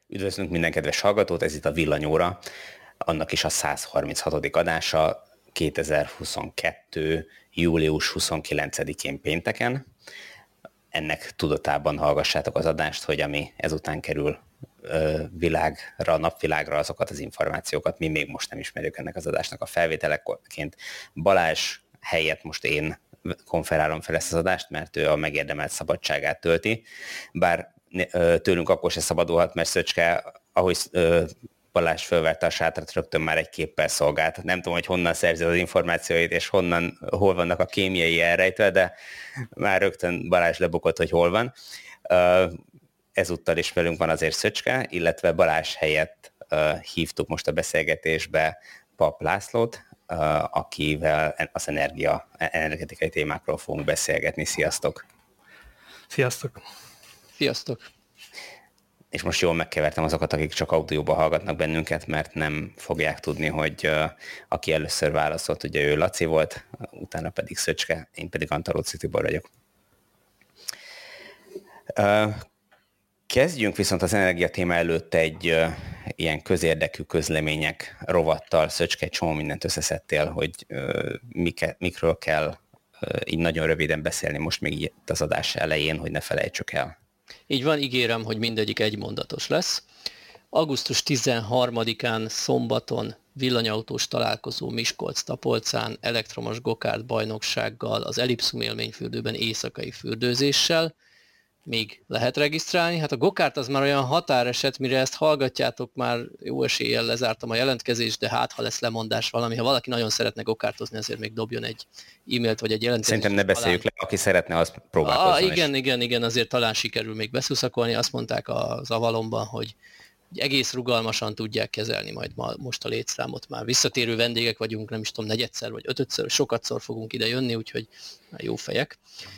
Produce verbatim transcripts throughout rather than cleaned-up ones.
Üdvözlünk minden kedves hallgatót, ez itt a Villanyóra, annak is a száz harminchatodik adása kétezer-huszonkettő. július huszonkilencedikén pénteken. Ennek tudatában hallgassátok az adást, hogy ami ezután kerül ö, világra, napvilágra, azokat az információkat mi még most nem ismerjük ennek az adásnak a felvételeként. Balázs helyett most én konferálom fel ezt az adást, mert ő a megérdemelt szabadságát tölti, bár tőlünk akkor se szabadulhat, mert Szöcske, ahogy Balázs fölverte a sátrat, rögtön már egy képpel szolgált. Nem tudom, hogy honnan szerzi az információit, és honnan, hol vannak a kémiai elrejtve, de már rögtön Balázs lebukott, hogy hol van. Ezúttal is velünk van azért Szöcske, illetve Balázs helyett hívtuk most a beszélgetésbe Papp Lászlót, akivel az energia, energetikai témákról fogunk beszélgetni. Sziasztok! Sziasztok! Sziasztok! És most jól megkevertem azokat, akik csak audióban hallgatnak bennünket, mert nem fogják tudni, hogy uh, aki először válaszolt, ugye ő Laci volt, utána pedig Szöcske, én pedig Antalóci Tibor vagyok. Uh, kezdjünk viszont az energia téma előtt egy uh, ilyen közérdekű közlemények rovattal. Szöcske, egy csomó mindent összeszedtél, hogy uh, mike, mikről kell uh, így nagyon röviden beszélni most még itt az adás elején, hogy ne felejtsük el. Így van, ígérem, hogy mindegyik egymondatos lesz. augusztus tizenharmadikán szombaton villanyautós találkozó Miskolc-Tapolcán elektromos gokárt bajnoksággal, az Elipszum élményfürdőben éjszakai fürdőzéssel. Még lehet regisztrálni. Hát a gokárt az már olyan határeset, mire ezt hallgatjátok, már jó eséllyel lezártam a jelentkezést, de hát ha lesz lemondás valami, ha valaki nagyon szeretne gokártozni, azért még dobjon egy e-mailt vagy egy jelentkezést. Szerintem ne beszéljük talán... le, aki szeretne, az próbálkozzon. Ah, igen, igen, igen, azért talán sikerül még beszuszakolni. Azt mondták az Avalonban, hogy egész rugalmasan tudják kezelni majd ma, most a létszámot. Már visszatérő vendégek vagyunk, nem is tudom, negyedszer vagy ötödször, sokatszor fogunk ide jönni, úgyhogy már jó fejek.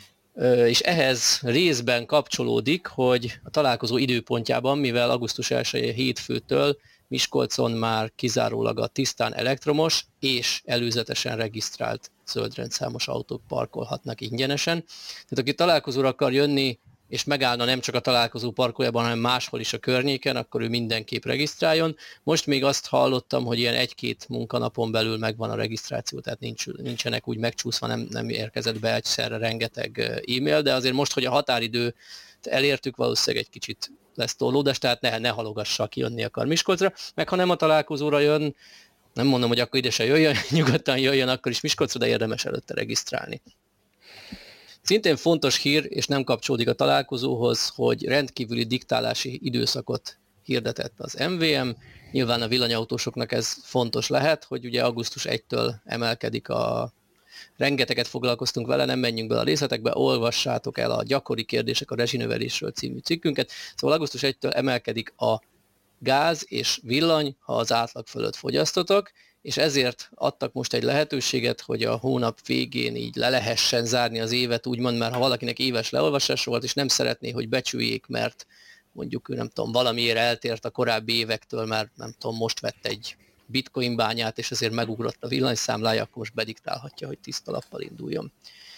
És ehhez részben kapcsolódik, hogy a találkozó időpontjában, mivel augusztus elsején hétfőtől Miskolcon már kizárólag a tisztán elektromos és előzetesen regisztrált zöldrendszámos autók parkolhatnak ingyenesen. Tehát aki találkozóra akar jönni, és megállna nem csak a találkozó parkolójában, hanem máshol is a környéken, akkor ő mindenképp regisztráljon. Most még azt hallottam, hogy ilyen egy-két munkanapon belül megvan a regisztráció, tehát nincs, nincsenek úgy megcsúszva, nem, nem érkezett be egyszerre rengeteg e-mail, de azért most, hogy a határidőt elértük, valószínűleg egy kicsit lesz tolódás, tehát ne, ne halogassa, aki jönni akar Miskolcra, meg ha nem a találkozóra jön, nem mondom, hogy akkor ide se jöjjön, nyugodtan jöjjön akkor is Miskolcra, de érdemes előtte regisztrálni. Szintén fontos hír, és nem kapcsolódik a találkozóhoz, hogy rendkívüli diktálási időszakot hirdetett az em vé em. Nyilván a villanyautósoknak ez fontos lehet, hogy ugye augusztus elsejétől emelkedik a... Rengeteget foglalkoztunk vele, nem menjünk bele a részletekbe, olvassátok el a Gyakori kérdések a rezsinövelésről című cikkünket. Szóval augusztus elsejétől emelkedik a gáz és villany, ha az átlag fölött fogyasztotok, és ezért adtak most egy lehetőséget, hogy a hónap végén így le lehessen zárni az évet, úgymond, mert ha valakinek éves leolvasás volt, és nem szeretné, hogy becsüljék, mert mondjuk ő nem tudom, valamiért eltért a korábbi évektől, mert nem tudom, most vett egy bitcoin bányát, és ezért megugrott a villanyszámlája, akkor most bediktálhatja, hogy tiszta lappal induljon.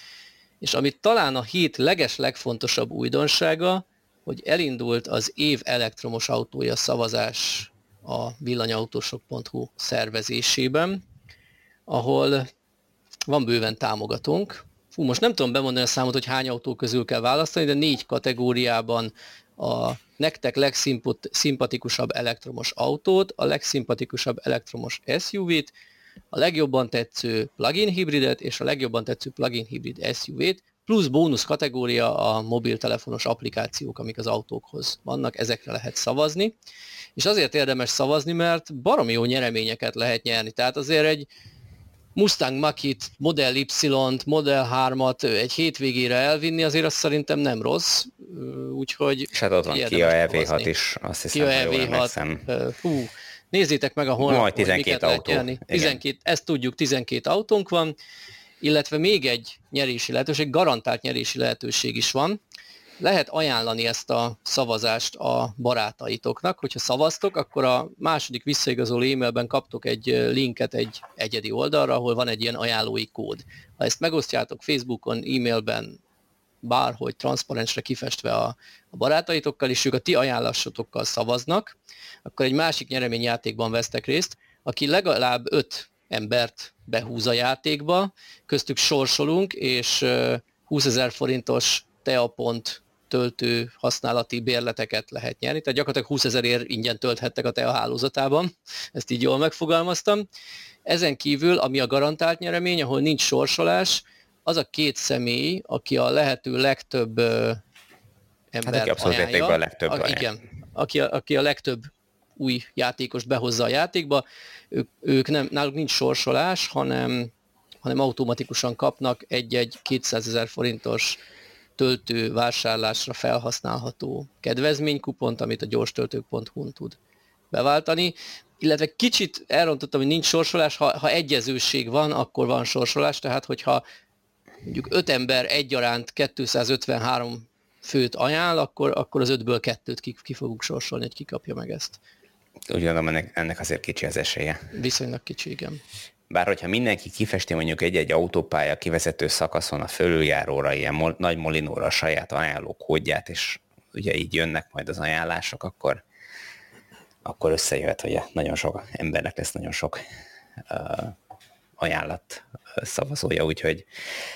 És amit talán a hét leges legfontosabb újdonsága, hogy elindult az év elektromos autója szavazás a villanyautósok pont hu szervezésében, ahol van bőven támogatónk. Fú, most nem tudom bemondani a számot, hogy hány autó közül kell választani, de négy kategóriában a nektek legszimpatikusabb elektromos autót, a legszimpatikusabb elektromos es u vét, a legjobban tetsző plug-in hibridet és a legjobban tetsző plug-in hibrid es u vét, plusz bónusz kategória a mobiltelefonos applikációk, amik az autókhoz vannak, ezekre lehet szavazni. És azért érdemes szavazni, mert baromi jó nyereményeket lehet nyerni. Tehát azért egy Mustang Mach-it, Model Y-t, Model hármat egy hétvégére elvinni, azért azt szerintem nem rossz. Úgyhogy és hát ott van Kia e vé hat is, azt hiszem, Kia e vé hat, hú, nézzétek meg a honlapon, hogy miket lehet nyerni. tizenkét, ezt tudjuk, tizenkét autónk van, illetve még egy nyerési lehetőség, garantált nyerési lehetőség is van. Lehet ajánlani ezt a szavazást a barátaitoknak, hogyha szavaztok, akkor a második visszaigazoló e-mailben kaptok egy linket egy egyedi oldalra, ahol van egy ilyen ajánlói kód. Ha ezt megosztjátok Facebookon, e-mailben, bárhogy transzparensre kifestve a, a barátaitokkal, és ők a ti ajánlásotokkal szavaznak, akkor egy másik nyereményjátékban vesztek részt, aki legalább öt embert behúz a játékba, köztük sorsolunk, és húszezer forintos teapont töltő használati bérleteket lehet nyerni, tehát gyakorlatilag húszezerért ingyen tölthettek a Tea hálózatában, ezt így jól megfogalmaztam. Ezen kívül, ami a garantált nyeremény, ahol nincs sorsolás, az a két személy, aki a lehető legtöbb ö, embert hát, abszolút ajánlja, a legtöbb a, igen, aki a, aki a legtöbb új játékost behozza a játékba, ők, ők nem, náluk nincs sorsolás, hanem, hanem automatikusan kapnak egy-egy kétszázezer forintos töltő vásárlásra felhasználható kedvezménykupont, amit a gyorstöltők pont hu-n tud beváltani. Illetve kicsit elrontottam, hogy nincs sorsolás, ha, ha egyezőség van, akkor van sorsolás, tehát hogyha mondjuk öt ember egyaránt kétszázötvenhárom főt ajánl, akkor, akkor az ötből kettőt ki, ki fogunk sorsolni, hogy ki kapja meg ezt. Úgy gondolom, ennek, ennek azért kicsi az esélye. Viszonylag kicsi, igen. Bár hogyha mindenki kifesti mondjuk egy-egy autópálya kivezető szakaszon a fölüljáróra, ilyen mol, nagy molinóra a saját ajánló kódját, és ugye így jönnek majd az ajánlások, akkor, akkor összejöhet, hogy nagyon sok embernek lesz nagyon sok uh, ajánlat szavazója, úgyhogy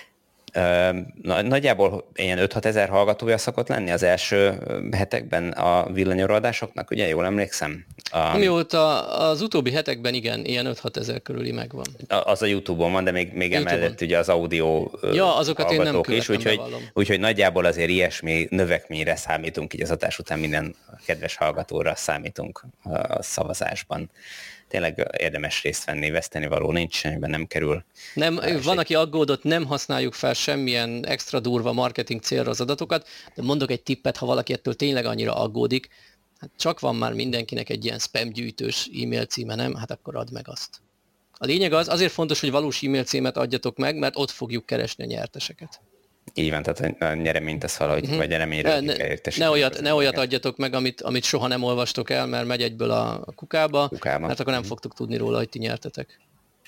nagyjából ilyen öt-hat ezer hallgatója szokott lenni az első hetekben a villanyóraadásoknak, ugye jól emlékszem? A... Amióta az utóbbi hetekben igen, ilyen öt-hat ezer körüli megvan. Az a YouTube-on van, de még, még emellett ugye az audio ja, azokat én nem is, úgyhogy, úgyhogy nagyjából azért ilyesmi növekményre számítunk, így az adás után minden kedves hallgatóra számítunk a szavazásban. Tényleg érdemes részt venni, veszteni való nincs, amiben nem kerül. Nem, van, aki aggódott, nem használjuk fel semmilyen extra durva marketing célra az adatokat, de mondok egy tippet, ha valaki ettől tényleg annyira aggódik, hát csak van már mindenkinek egy ilyen spam gyűjtős e-mail címe, nem? Hát akkor add meg azt. A lényeg az, azért fontos, hogy valós e-mail címet adjatok meg, mert ott fogjuk keresni a nyerteseket. Így van, tehát a nyereményt tesz valahogy, uh-huh. vagy nyereményre ne, ne, ne olyat, ne olyat adjatok meg, amit, amit soha nem olvastok el, mert megy egyből a kukába, kukába. Mert akkor nem uh-huh. fogtok tudni róla, hogy ti nyertetek.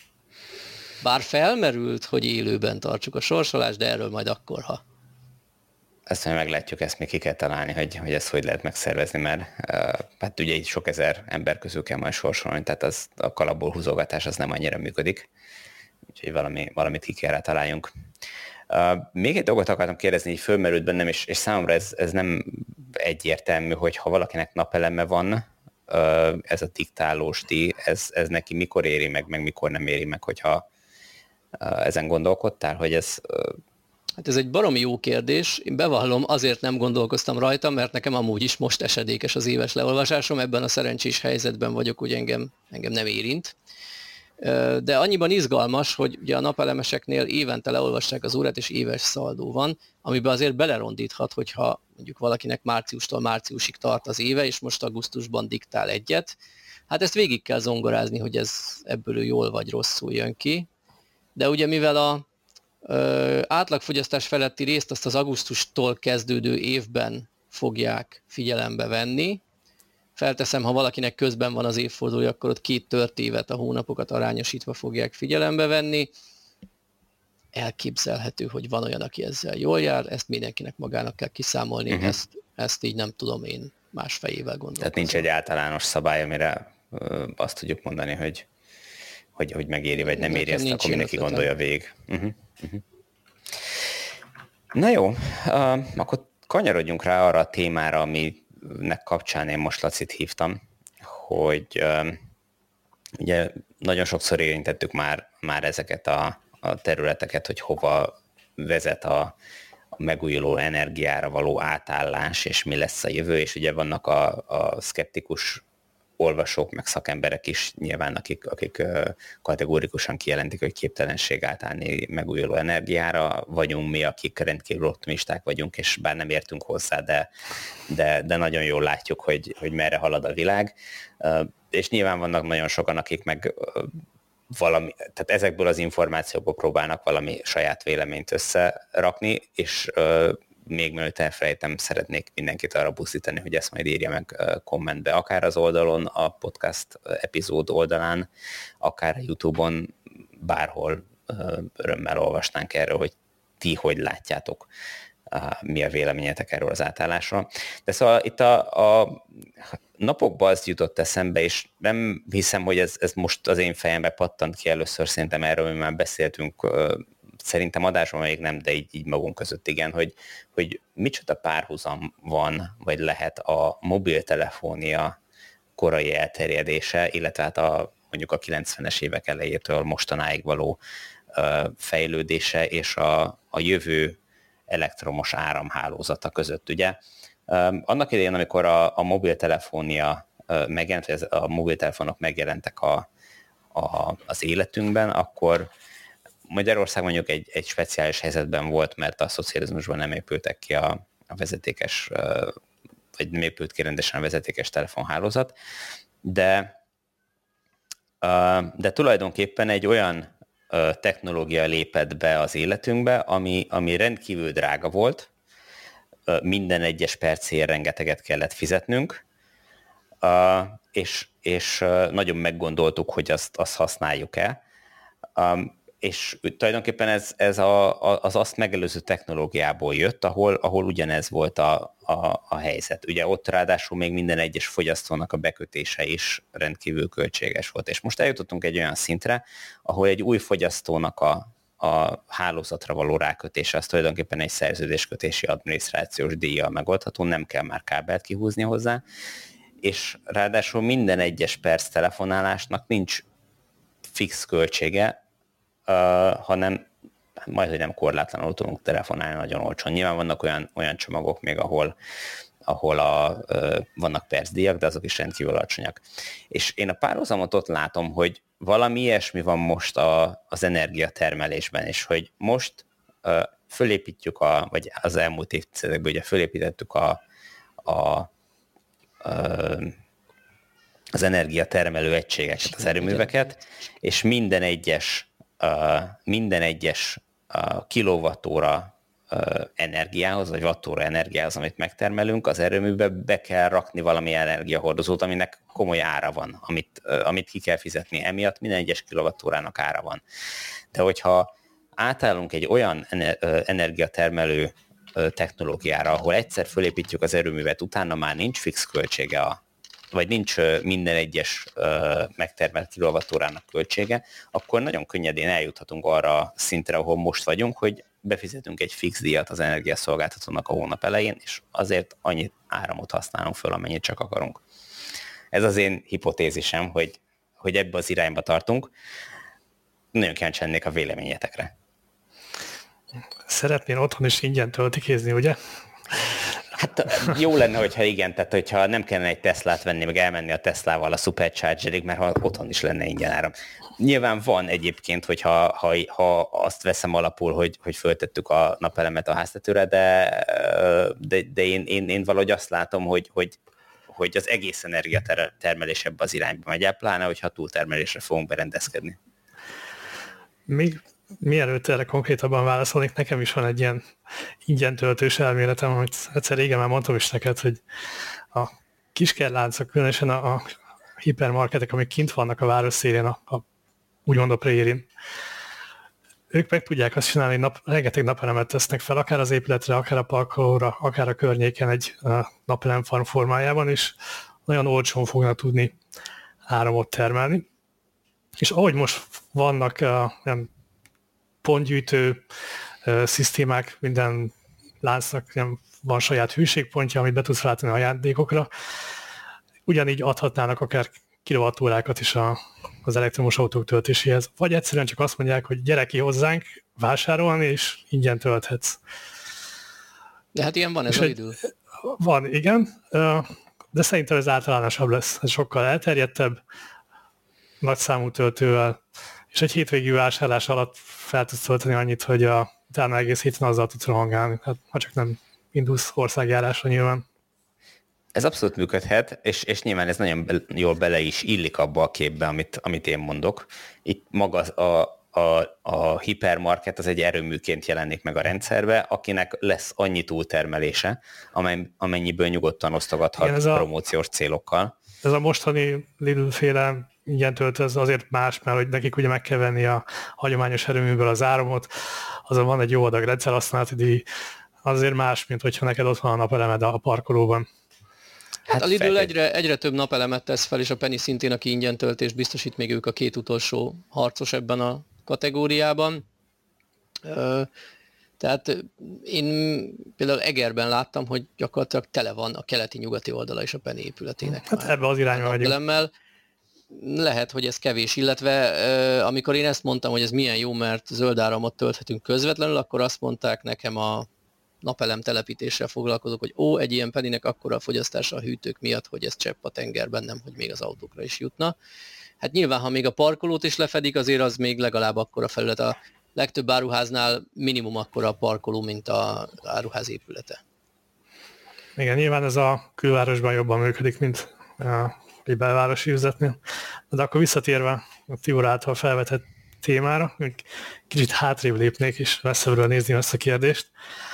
Bár felmerült, hogy élőben tartsuk a sorsolást, de erről majd akkor, ha. Ezt majd meglátjuk, ezt még ki kell találni, hogy, hogy ezt hogy lehet megszervezni, mert uh, hát ugye így sok ezer ember közül kell majd sorsolni, tehát az, a kalapból húzogatás az nem annyira működik. Úgyhogy valami, valamit ki kell rá találjunk. Uh, még egy dolgot akartam kérdezni, így fölmerült bennem, és, és számomra ez, ez nem egyértelmű, hogy ha valakinek napeleme van, uh, ez a diktálós díj, ez, ez neki mikor éri meg, meg mikor nem éri meg, hogyha uh, ezen gondolkodtál, hogy ez... Uh... Hát ez egy baromi jó kérdés. Én bevallom, azért nem gondolkoztam rajta, mert nekem amúgy is most esedékes az éves leolvasásom, ebben a szerencsés helyzetben vagyok, hogy engem, engem nem érint. De annyiban izgalmas, hogy ugye a napelemeseknél évente leolvassák az órát, és éves szaldó van, amiben azért belerondíthat, hogyha mondjuk valakinek márciustól márciusig tart az éve, és most augusztusban diktál egyet. Hát ezt végig kell zongorázni, hogy ez ebből jól vagy rosszul jön ki. De ugye mivel a ö, átlagfogyasztás feletti részt azt az augusztustól kezdődő évben fogják figyelembe venni, felteszem, ha valakinek közben van az évfordulója, akkor ott két tört évet, a hónapokat arányosítva fogják figyelembe venni. Elképzelhető, hogy van olyan, aki ezzel jól jár, ezt mindenkinek magának kell kiszámolni, uh-huh. ezt, ezt így nem tudom én más fejével gondolkozni. Tehát nincs egy általános szabály, amire ö, azt tudjuk mondani, hogy, hogy, hogy megéri, vagy nem éri, ezt akkor mindenki gondolja végig. Uh-huh. Uh-huh. Na jó, uh, akkor kanyarodjunk rá arra a témára, ami nek kapcsán én most Lacit hívtam, hogy uh, ugye nagyon sokszor érintettük már, már ezeket a, a területeket, hogy hova vezet a, a megújuló energiára való átállás, és mi lesz a jövő, és ugye vannak a, a szkeptikus olvasók, meg szakemberek is nyilván, akik, akik uh, kategórikusan kijelentik, hogy képtelenség átállni megújuló energiára, vagyunk mi, akik rendkívül optimisták vagyunk, és bár nem értünk hozzá, de, de, de nagyon jól látjuk, hogy, hogy merre halad a világ. Uh, és nyilván vannak nagyon sokan, akik meg uh, valami, tehát ezekből az információkból próbálnak valami saját véleményt összerakni, és uh, még mielőtt elfelejtem, szeretnék mindenkit arra buszítani, hogy ezt majd írja meg kommentbe, akár az oldalon, a podcast epizód oldalán, akár a YouTube-on, bárhol örömmel olvasnánk erről, hogy ti hogy látjátok mi a véleményetek erről az átállásról. De szóval itt a, a napokban az jutott eszembe, és nem hiszem, hogy ez, ez most az én fejembe pattant ki először, szerintem erről mi már beszéltünk, szerintem adásban még nem, de így, így magunk között igen, hogy, hogy micsoda párhuzam van, vagy lehet a mobiltelefónia korai elterjedése, illetve hát a, mondjuk a kilencvenes évek elejétől mostanáig való fejlődése és a, a jövő elektromos áramhálózata között, ugye. Annak idején, amikor a, a mobiltelefónia megjelent, vagy a mobiltelefonok megjelentek a, a, az életünkben, akkor Magyarország mondjuk egy, egy speciális helyzetben volt, mert a szocializmusban nem épültek ki a, a vezetékes, vagy nem épült ki rendesen a vezetékes telefonhálózat, de, de tulajdonképpen egy olyan technológia lépett be az életünkbe, ami, ami rendkívül drága volt, minden egyes percéért rengeteget kellett fizetnünk, és, és nagyon meggondoltuk, hogy azt, azt használjuk-e. És tulajdonképpen ez, ez a, az azt megelőző technológiából jött, ahol, ahol ugyanez volt a, a, a helyzet. Ugye ott ráadásul még minden egyes fogyasztónak a bekötése is rendkívül költséges volt. És most eljutottunk egy olyan szintre, ahol egy új fogyasztónak a, a hálózatra való rákötése az tulajdonképpen egy szerződéskötési adminisztrációs díjjal megoldható, nem kell már kábelt kihúzni hozzá, és ráadásul minden egyes perc telefonálásnak nincs fix költsége, Uh, hanem majd, hogy nem korlátlanul tudunk telefonálni nagyon olcsón. Nyilván vannak olyan, olyan csomagok még, ahol, ahol a, uh, vannak percdíjak, de azok is rendkívül alacsonyak. És én a párhuzamot ott látom, hogy valami ilyesmi van most a, az energiatermelésben, és hogy most uh, fölépítjük, a, vagy az elmúlt évtizedekben ugye fölépítettük a, a, a az energiatermelő egységeket, az erőműveket, és minden egyes Uh, minden egyes uh, kilowattóra uh, energiához, vagy wattóra energiához, amit megtermelünk, az erőműbe be kell rakni valami energiahordozót, aminek komoly ára van, amit, uh, amit ki kell fizetni. Emiatt minden egyes kilowattórának ára van. De hogyha átállunk egy olyan energiatermelő uh, technológiára, ahol egyszer fölépítjük az erőművet, utána már nincs fix költsége a vagy nincs minden egyes uh, megtermelt kilovattórának költsége, akkor nagyon könnyedén eljuthatunk arra a szintre, ahol most vagyunk, hogy befizetünk egy fix díjat az energiaszolgáltatónak a hónap elején, és azért annyi áramot használunk föl, amennyit csak akarunk. Ez az én hipotézisem, hogy, hogy ebbe az irányba tartunk. Nagyon kíváncsi lennék a véleményetekre. Szeretnél otthon is ingyen töltikézni, ugye? Hát jó lenne, hogyha igen, tehát hogyha nem kellene egy Teslát venni, meg elmenni a Teslával a Superchargerig, mert ha otthon is lenne ingyen áram. Nyilván van egyébként, hogyha ha, ha azt veszem alapul, hogy, hogy föltettük a napelemet a háztetőre, de, de, de én, én, én valahogy azt látom, hogy, hogy, hogy az egész energiatermelés ebbe az irányba megy el, pláne, hogyha túltermelésre fogunk berendezkedni. Még mielőtt erre konkrétabban válaszolnék, nekem is van egy ilyen ingyen töltős elméletem, hogy egyszer régen már mondtam is neked, hogy a kiskerláncok, különösen a, a hipermarketek, amik kint vannak a város szélén, a, a, úgymond a prérin, ők meg tudják azt csinálni, hogy nap, rengeteg napelemet tesznek fel, akár az épületre, akár a parkolóra, akár a környéken egy napelemfarm formájában, és nagyon olcsón fognak tudni áramot termelni. És ahogy most vannak uh, nem, pontgyűjtő uh, szisztémák, minden láncnak nem, van saját hűségpontja, amit be tudsz rátenni a ajándékokra, ugyanígy adhatnának akár kilovattórákat is a, az elektromos autók töltéséhez, vagy egyszerűen csak azt mondják, hogy gyere ki hozzánk vásárolni, és ingyen tölthetsz. De hát ilyen van ez a idő. Van, igen, de szerintem ez általánosabb lesz, ez sokkal elterjedtebb, nagy számú töltővel, és egy hétvégi vásárlás alatt fel tudsz tölteni annyit, hogy a, utána egész héten azzal tudsz rohangálni, hát ha csak nem indulsz országjárásra nyilván. Ez abszolút működhet, és, és nyilván ez nagyon be, jól bele is illik abba a képbe, amit, amit én mondok. Itt maga a, a, a hipermarket az egy erőműként jelenik meg a rendszerbe, akinek lesz annyi túltermelése, amely, amennyiből nyugodtan osztogathat igen, promóciós a, célokkal. Ez a mostani Lidl-féle ingyen töltő az azért más, mert hogy nekik ugye meg kell venni a hagyományos erőműből az áramot, azon van egy jó adag rendszerhasználati díj, azért más, mint hogyha neked ott van a napelemed a parkolóban. Hát a Lidl egyre, egyre több napelemet tesz fel, és a Penny szintén, aki ingyen töltést biztosít, még ők a két utolsó harcos ebben a kategóriában. Tehát én például Egerben láttam, hogy gyakorlatilag tele van a keleti-nyugati oldala is a Penny épületének. Hát ebbe az irányba vagyunk. Lehet, hogy ez kevés, illetve amikor én ezt mondtam, hogy ez milyen jó, mert zöld áramot tölthetünk közvetlenül, akkor azt mondták nekem a napelem telepítéssel foglalkozók, hogy ó, egy ilyen Pennynek akkora a fogyasztása a hűtők miatt, hogy ez csepp a tengerben, nem, hogy még az autókra is jutna. Hát nyilván, ha még a parkolót is lefedik, azért az még legalább akkora felület. A legtöbb áruháznál minimum akkora a parkoló, mint az áruház épülete. Igen, nyilván ez a külvárosban jobban működik, mint egy belvárosi üzletnél. De akkor visszatérve a Tibor által felvetett témára, kicsit hátrébb lépnék, és messzebbről nézni ezt a kérdést.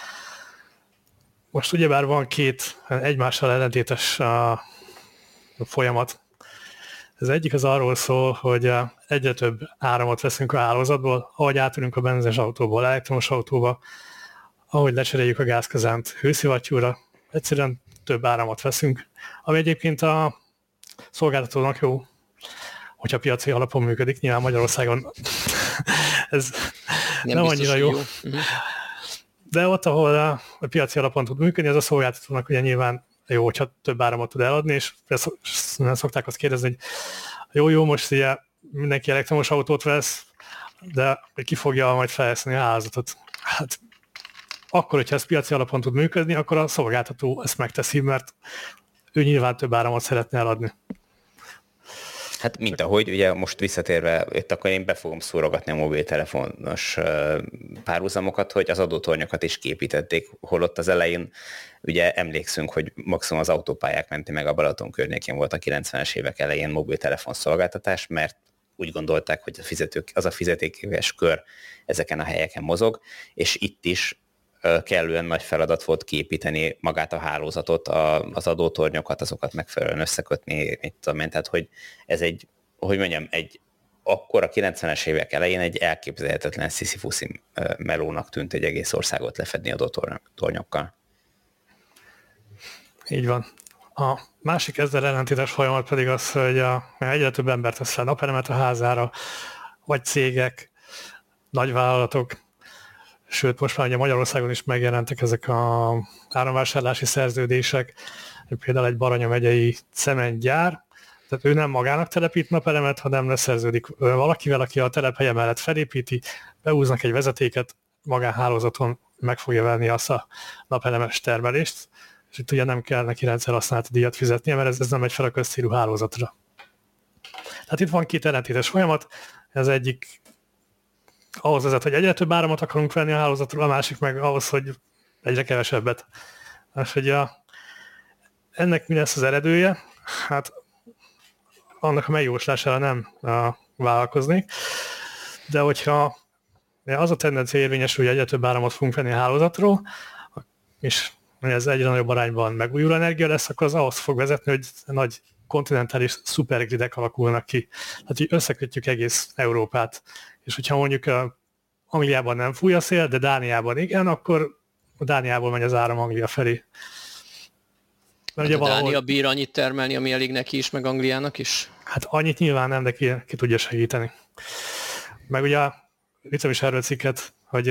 Most ugyebár van két egymással ellentétes a folyamat. Az egyik az arról szól, hogy egyre több áramot veszünk a hálózatból, ahogy átülünk a benzines autóból elektromos autóba, ahogy lecseréljük a gázkazánt hőszivattyúra, egyszerűen több áramot veszünk, ami egyébként a szolgáltatónak jó, hogyha piaci alapon működik. Nyilván Magyarországon ez nem, nem annyira jó. jó. De ott, ahol a piaci alapon tud működni, ez a szolgáltatónak ugye nyilván jó, hogyha több áramot tud eladni, és szokták azt kérdezni, hogy jó-jó, most ugye mindenki elektromos autót vesz, de ki fogja majd fejleszteni a hálózatot. Hát akkor, hogyha ez piaci alapon tud működni, akkor a szolgáltató ezt megteszi, mert ő nyilván több áramot szeretne eladni. Hát mint ahogy, ugye most visszatérve, itt akkor én be fogom szórogatni a mobiltelefonos párhuzamokat, hogy az adótornyokat is képítették, holott az elején ugye emlékszünk, hogy maximum az autópályák menti meg a Balaton környékén volt a kilencvenes évek elején mobiltelefon szolgáltatás, mert úgy gondolták, hogy a fizetők, az a fizetékes kör ezeken a helyeken mozog, és itt is kellően nagy feladat volt kiépíteni magát a hálózatot, az adótornyokat, azokat megfelelően összekötni, mit tudom én, tehát hogy ez egy, hogy mondjam, egy akkor a kilencvenes évek elején egy elképzelhetetlen sziszifuszi melónak tűnt egy egész országot lefedni adótornyokkal. Így van. A másik ezzel ellentétes folyamat pedig az, hogy a, egyre több embert tesz fel napelemet a házára, vagy cégek, nagyvállalatok, sőt, most már ugye Magyarországon is megjelentek ezek a áramvásárlási szerződések, például egy Baranya megyei cementgyár, tehát ő nem magának telepít napelemet, hanem leszerződik valakivel, aki a telephelye mellett felépíti, beúznak egy vezetéket, magánhálózaton meg fogja venni azt a napelemes termelést, és itt ugye nem kell neki rendszerhasználati díjat fizetnie, mert ez, ez nem megy fel a közcélú hálózatra. Tehát itt van két ellentétes folyamat, ez egyik ahhoz vezet, hogy egyre több áramot akarunk venni a hálózatról, a másik meg ahhoz, hogy egyre kevesebbet. És hogy a, ennek mi lesz az eredője? Hát annak a megjóslására nem a, vállalkoznék, de hogyha az a tendencia érvényesül, hogy egyre több áramot fogunk venni a hálózatról, és ez egyre nagyobb arányban megújuló energia lesz, akkor az ahhoz fog vezetni, hogy nagy kontinentális szupergridek alakulnak ki. Tehát így összekötjük egész Európát. És hogyha mondjuk Angliában nem fúj a szél, de Dániában igen, akkor Dániából megy az áram Anglia felé. Hát ugye valahol... Dánia bír annyit termelni, ami elég neki is, meg Angliának is? Hát annyit nyilván nem, de ki, ki tudja segíteni. Meg ugye írtam is erről cikket, hogy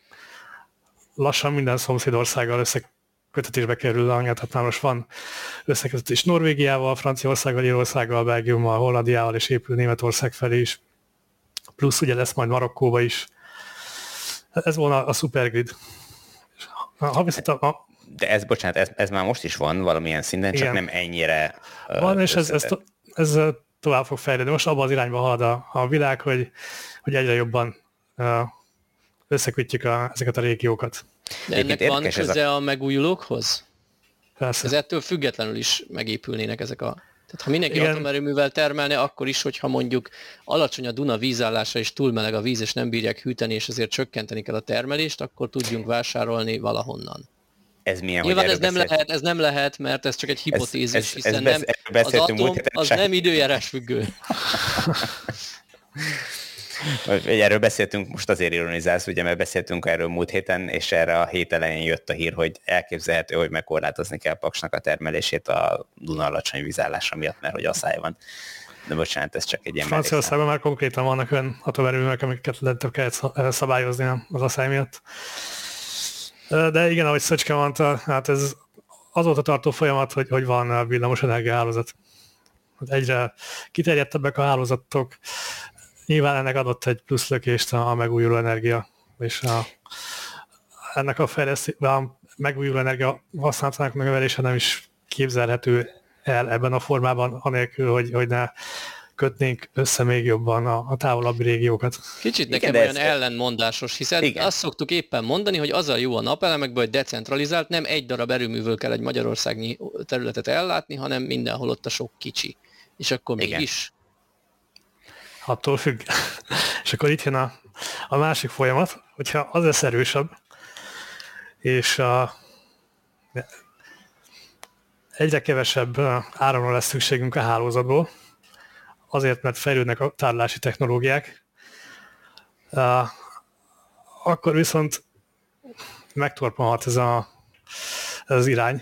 lassan minden szomszédországgal összekötetésbe kerül Anglia, tehát már most van összekötetés Norvégiával, Franciaországgal, Írországgal, Belgiummal, Hollandiával, és épül Németország felé is. Plusz ugye lesz majd Marokkóba is. Ez volna a supergrid. Ha viszont a, a... De ez, bocsánat, ez, ez már most is van valamilyen szinten, csak igen, nem ennyire van, és ez, ez, ez tovább fog fejlődni. Most abban az irányba halad a, a világ, hogy, hogy egyre jobban összekötjük a, ezeket a régiókat. De ennek van köze a... a megújulókhoz? Persze. Ez ettől függetlenül is megépülnének ezek a... Tehát ha mindenki atomerőművel termelne, akkor is, hogyha mondjuk alacsony a Duna vízállása és túl meleg a víz, és nem bírják hűteni, és ezért csökkenteni kell a termelést, akkor tudjunk vásárolni valahonnan. Ez milyen, nyilván ez nem, lehet, ez nem lehet, mert ez csak egy hipotézis, ez, ez, hiszen ez nem, az atom az nem időjárás függő. Erről beszéltünk, most azért ironizálsz, ugye, mert beszéltünk erről múlt héten, és erre a hét elején jött a hír, hogy elképzelhető, hogy megkorlátozni kell Paksnak a termelését a Duna alacsony vízállása miatt, mert hogy asszály van. De bocsánat, ez csak egy ilyen Franciaországban már konkrétan vannak olyan atomerőművek, amiket lehet kellett szabályozni az asszály miatt. De igen, ahogy Szöcske mondta, hát ez azóta tartó folyamat, hogy, hogy van villamos energiahálózat. Egyre kiterjedtebbek a hálózatok, nyilván ennek adott egy plusz lökést a megújuló energia, és a, ennek a, a megújuló energia használatának növelése nem is képzelhető el ebben a formában, anélkül, hogy, hogy ne kötnénk össze még jobban a, a távolabbi régiókat. Kicsit nekem igen, olyan ez... ellenmondásos, hiszen igen. Azt szoktuk éppen mondani, hogy az a jó a napelemekből, hogy decentralizált, nem egy darab erőművől kell egy magyarországnyi területet ellátni, hanem mindenhol ott a sok kicsi. És akkor igen. Mégis... Attól függ. És akkor itt jön a, a másik folyamat, hogyha az lesz erősebb, és a, egyre kevesebb áramra lesz szükségünk a hálózatból, azért, mert fejlődnek a tárolási technológiák, akkor viszont megtorpanhat ez, a, ez az irány.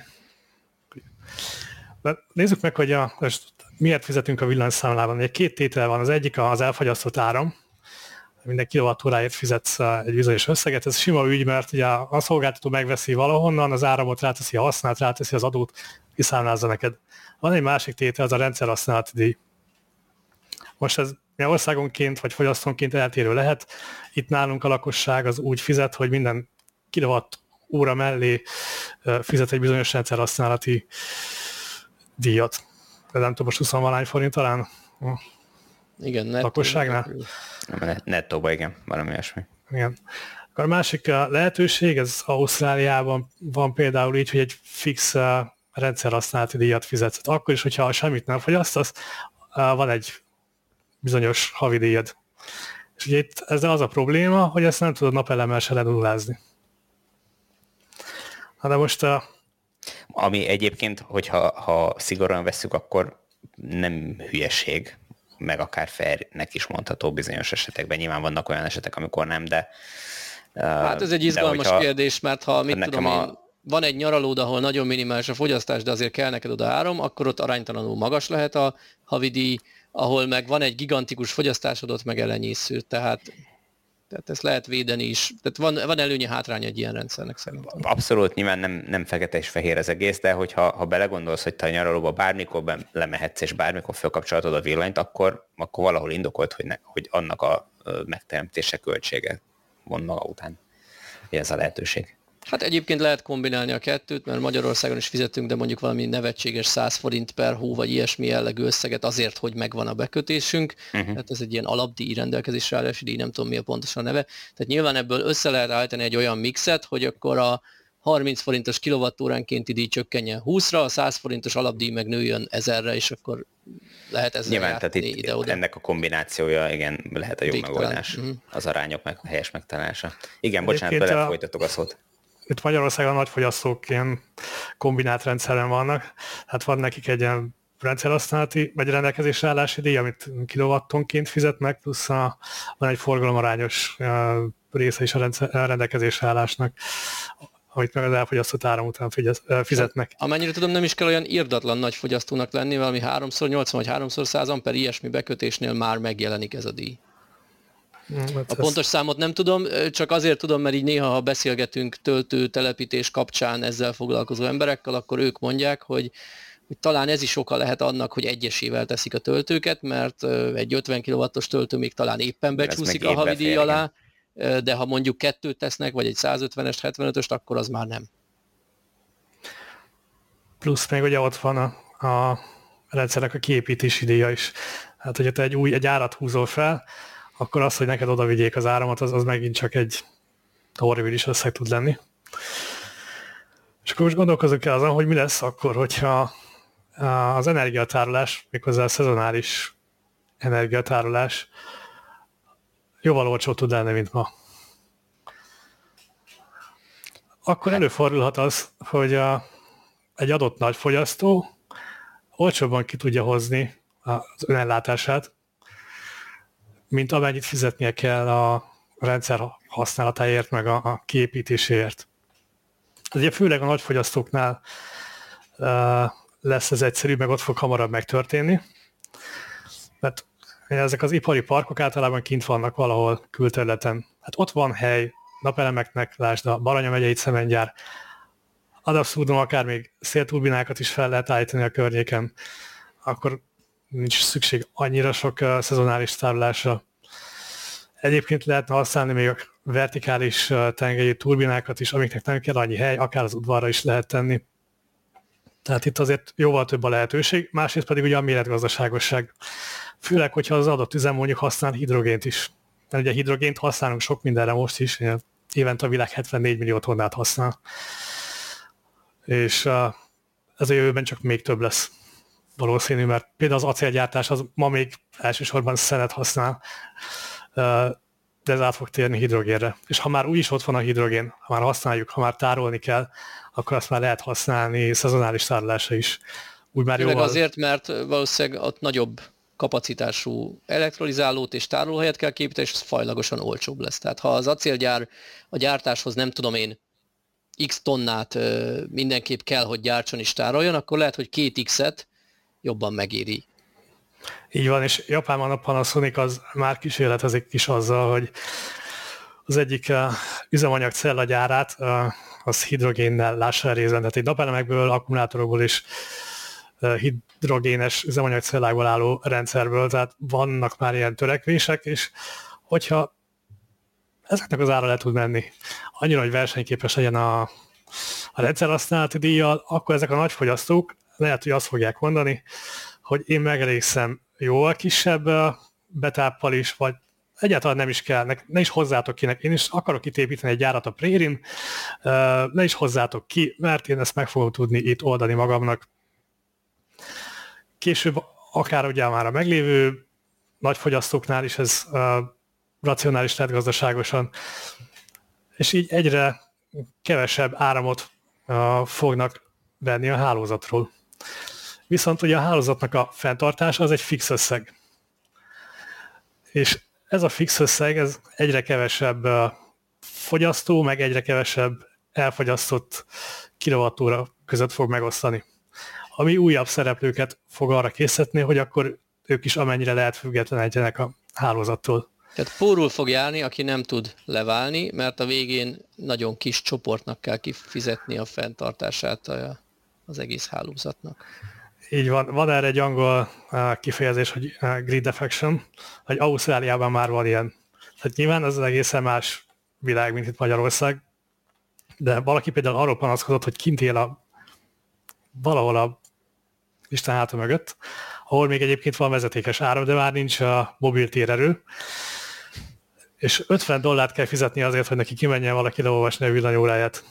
De nézzük meg, hogy a, miért fizetünk a villanyszámlában. Egy két tétel van, az egyik az elfogyasztott áram, minden kilovattóráért fizetsz egy bizonyos összeget, ez sima ügy, mert ugye a szolgáltató megveszi valahonnan, az áramot ráteszi a használt, ráteszi az adót, kiszámlázza neked. Van egy másik tétel, az a rendszerhasználati díj. Most ez országonként vagy fogyasztónként eltérő lehet. Itt nálunk a lakosság az úgy fizet, hogy minden kilowatt óra mellé fizet egy bizonyos rendszerhasználati díjat. De nem tudom, most húsz forint talán a igen, lakosságnál. Nettóban, igen, valami ilyesmi. Igen. Akkor a másik lehetőség, ez Ausztráliában van például így, hogy egy fix rendszerhasználati díjat fizetsz. Akkor is, hogyha semmit nem fogyasztasz, van egy bizonyos havidíjad. És ugye itt ezzel az a probléma, hogy ezt nem tudod napelemmel se ledullázni. Na de most a... Ami egyébként, hogyha ha szigorúan vesszük, akkor nem hülyeség, meg akár fairnek is mondható bizonyos esetekben. Nyilván vannak olyan esetek, amikor nem, de... Hát ez egy izgalmas hogyha, kérdés, mert ha mit tudom a... én, van egy nyaralód, ahol nagyon minimális a fogyasztás, de azért kell neked oda áram, akkor ott aránytalanul magas lehet a havidíj, ahol meg van egy gigantikus fogyasztásod, ott meg elenyésző, tehát, tehát ezt lehet védeni is. Tehát van, van előnye, hátránya egy ilyen rendszernek szerintem. Abszolút, nyilván nem, nem fekete és fehér az egész, de hogyha ha belegondolsz, hogy te a nyaralóba bármikor lemehetsz, és bármikor felkapcsolatod a villanyt, akkor, akkor valahol indokolt, hogy, ne, hogy annak a megteremtése költsége von maga után. Ez a lehetőség. Hát egyébként lehet kombinálni a kettőt, mert Magyarországon is fizetünk, de mondjuk valami nevetséges száz forint per hó, vagy ilyesmi jellegű összeget azért, hogy megvan a bekötésünk. Uh-huh. Tehát ez egy ilyen alapdíj, rendelkezésre állási díj, nem tudom mi a pontosan a neve. Tehát nyilván ebből össze lehet állítani egy olyan mixet, hogy akkor a harminc forintos kilovattóránkénti díj csökkenjen húszra, a száz forintos alapdíj meg nőjön ezerre, és akkor lehet ezzel nyilván, tehát itt ide-oda. Ennek a kombinációja, igen, lehet a jó végtelen megoldás. Uh-huh. Az arányok meg a helyes megtalálása. Igen, bocsánat, bele a... folytattuk a szót. Itt Magyarországon nagy fogyasztók ilyen kombinált rendszeren vannak, hát van nekik egy ilyen rendszerhasználati, vagy rendelkezésre állási díj, amit kilowattonként fizetnek, plusz a, van egy forgalomarányos része is a, rendszer, a rendelkezésre állásnak, amit meg az elfogyasztott áram után fizetnek. Amennyire tudom, nem is kell olyan irdatlan nagy fogyasztónak lenni, valami háromszor nyolcvan vagy háromszor száz amper ilyesmi bekötésnél már megjelenik ez a díj. A pontos számot nem tudom, csak azért tudom, mert így néha, ha beszélgetünk töltő telepítés kapcsán ezzel foglalkozó emberekkel, akkor ők mondják, hogy, hogy talán ez is oka lehet annak, hogy egyesével teszik a töltőket, mert egy ötven kilowattos töltő még talán éppen becsúszik a havidíj alá, de ha mondjuk kettőt tesznek, vagy egy százötvenest, hetvenötöst, akkor az már nem. Plusz még ugye ott van a, a rendszernek a kiépítési díja is. Hát, hogyha te egy új egy árat húzol fel, akkor az, hogy neked oda vigyék az áramot, az, az megint csak egy horribilis összeg tud lenni. És akkor most gondolkozunk el azon, hogy mi lesz akkor, hogyha az energiatárolás, méghozzá a szezonális energiatárolás jóval olcsóbb tud lenni, mint ma. Akkor előfordulhat az, hogy a, egy adott nagy fogyasztó olcsóbban ki tudja hozni az önellátását, mint amennyit fizetnie kell a rendszer használatáért, meg a, a kiépítéséért. Ez ugye főleg a nagyfogyasztóknál uh, lesz ez egyszerű, meg ott fog hamarabb megtörténni. Mert ezek az ipari parkok általában kint vannak valahol külterületen. Hát ott van hely, napelemeknek, lásd a Baranya megyei cementgyár, ad abszurdum, akár még szélturbinákat is fel lehet állítani a környéken, akkor nincs szükség annyira sok uh, szezonális tárolásra. Egyébként lehetne használni még a vertikális uh, tengelyű turbinákat is, amiknek nem kell annyi hely, akár az udvarra is lehet tenni. Tehát itt azért jóval több a lehetőség, másrészt pedig ugye a méretgazdaságosság. Főleg, hogyha az adott üzem mondjuk használ hidrogént is. Mert ugye hidrogént használunk sok mindenre most is, évente a világ hetvennégy millió tonnát használ. És uh, ez a jövőben csak még több lesz valószínű, mert például az acélgyártás az ma még elsősorban szenet használ, uh, de ez át fog térni hidrogénre. És ha már úgyis ott van a hidrogén, ha már használjuk, ha már tárolni kell, akkor azt már lehet használni szezonális tárolásra is. Úgy már jóval... azért, mert valószínűleg ott nagyobb kapacitású elektrolizálót és tárolóhelyet kell képíteni, és ez fajlagosan olcsóbb lesz. Tehát ha az acélgyár a gyártáshoz nem tudom én x tonnát mindenképp kell, hogy gyártson és tároljon, akkor lehet, hogy két x-et jobban megéri. Így van, és Japánban a Panasonic az már kísérletezik is azzal, hogy az egyik üzemanyag cellagyárát az hidrogénnel lássa el részben, tehát egy napelemekből, akkumulátorokból is hidrogénes üzemanyagcellákból álló rendszerből, tehát vannak már ilyen törekvések, és hogyha ezeknek az ára le tud menni, annyira, hogy versenyképes legyen a, a rendszerhasználati díjjal, akkor ezek a nagyfogyasztók lehet, hogy azt fogják mondani, hogy én megelégszem jóval kisebb betáppal is, vagy egyáltalán nem is kell, ne, ne is hozzátok ki, én is akarok itt építeni egy gyárat a prérin, ne is hozzátok ki, mert én ezt meg fogom tudni itt oldani magamnak. Később akár ugye már a meglévő nagyfogyasztóknál is ez uh, racionális lehet gazdaságosan, és így egyre kevesebb áramot uh, fognak venni a hálózatról. Viszont ugye a hálózatnak a fenntartása az egy fix összeg. És ez a fix összeg, ez egyre kevesebb uh, fogyasztó, meg egyre kevesebb elfogyasztott kilovattóra között fog megosztani. Ami újabb szereplőket fog arra készíteni, hogy akkor ők is amennyire lehet függetlenedjenek a hálózattól. Tehát pórul fog járni, aki nem tud leválni, mert a végén nagyon kis csoportnak kell kifizetni a fenntartását az egész hálózatnak. Így van. Van erre egy angol kifejezés, hogy grid defection, hogy Ausztráliában már van ilyen. Tehát nyilván ez az egészen más világ, mint itt Magyarország, de valaki például arról panaszkodott, hogy kint él a valahol a Isten háta mögött, ahol még egyébként van vezetékes áram, de már nincs a mobil térerő, és ötven dollárt kell fizetni azért, hogy neki kimenjen valaki leolvasni a villanyóráját.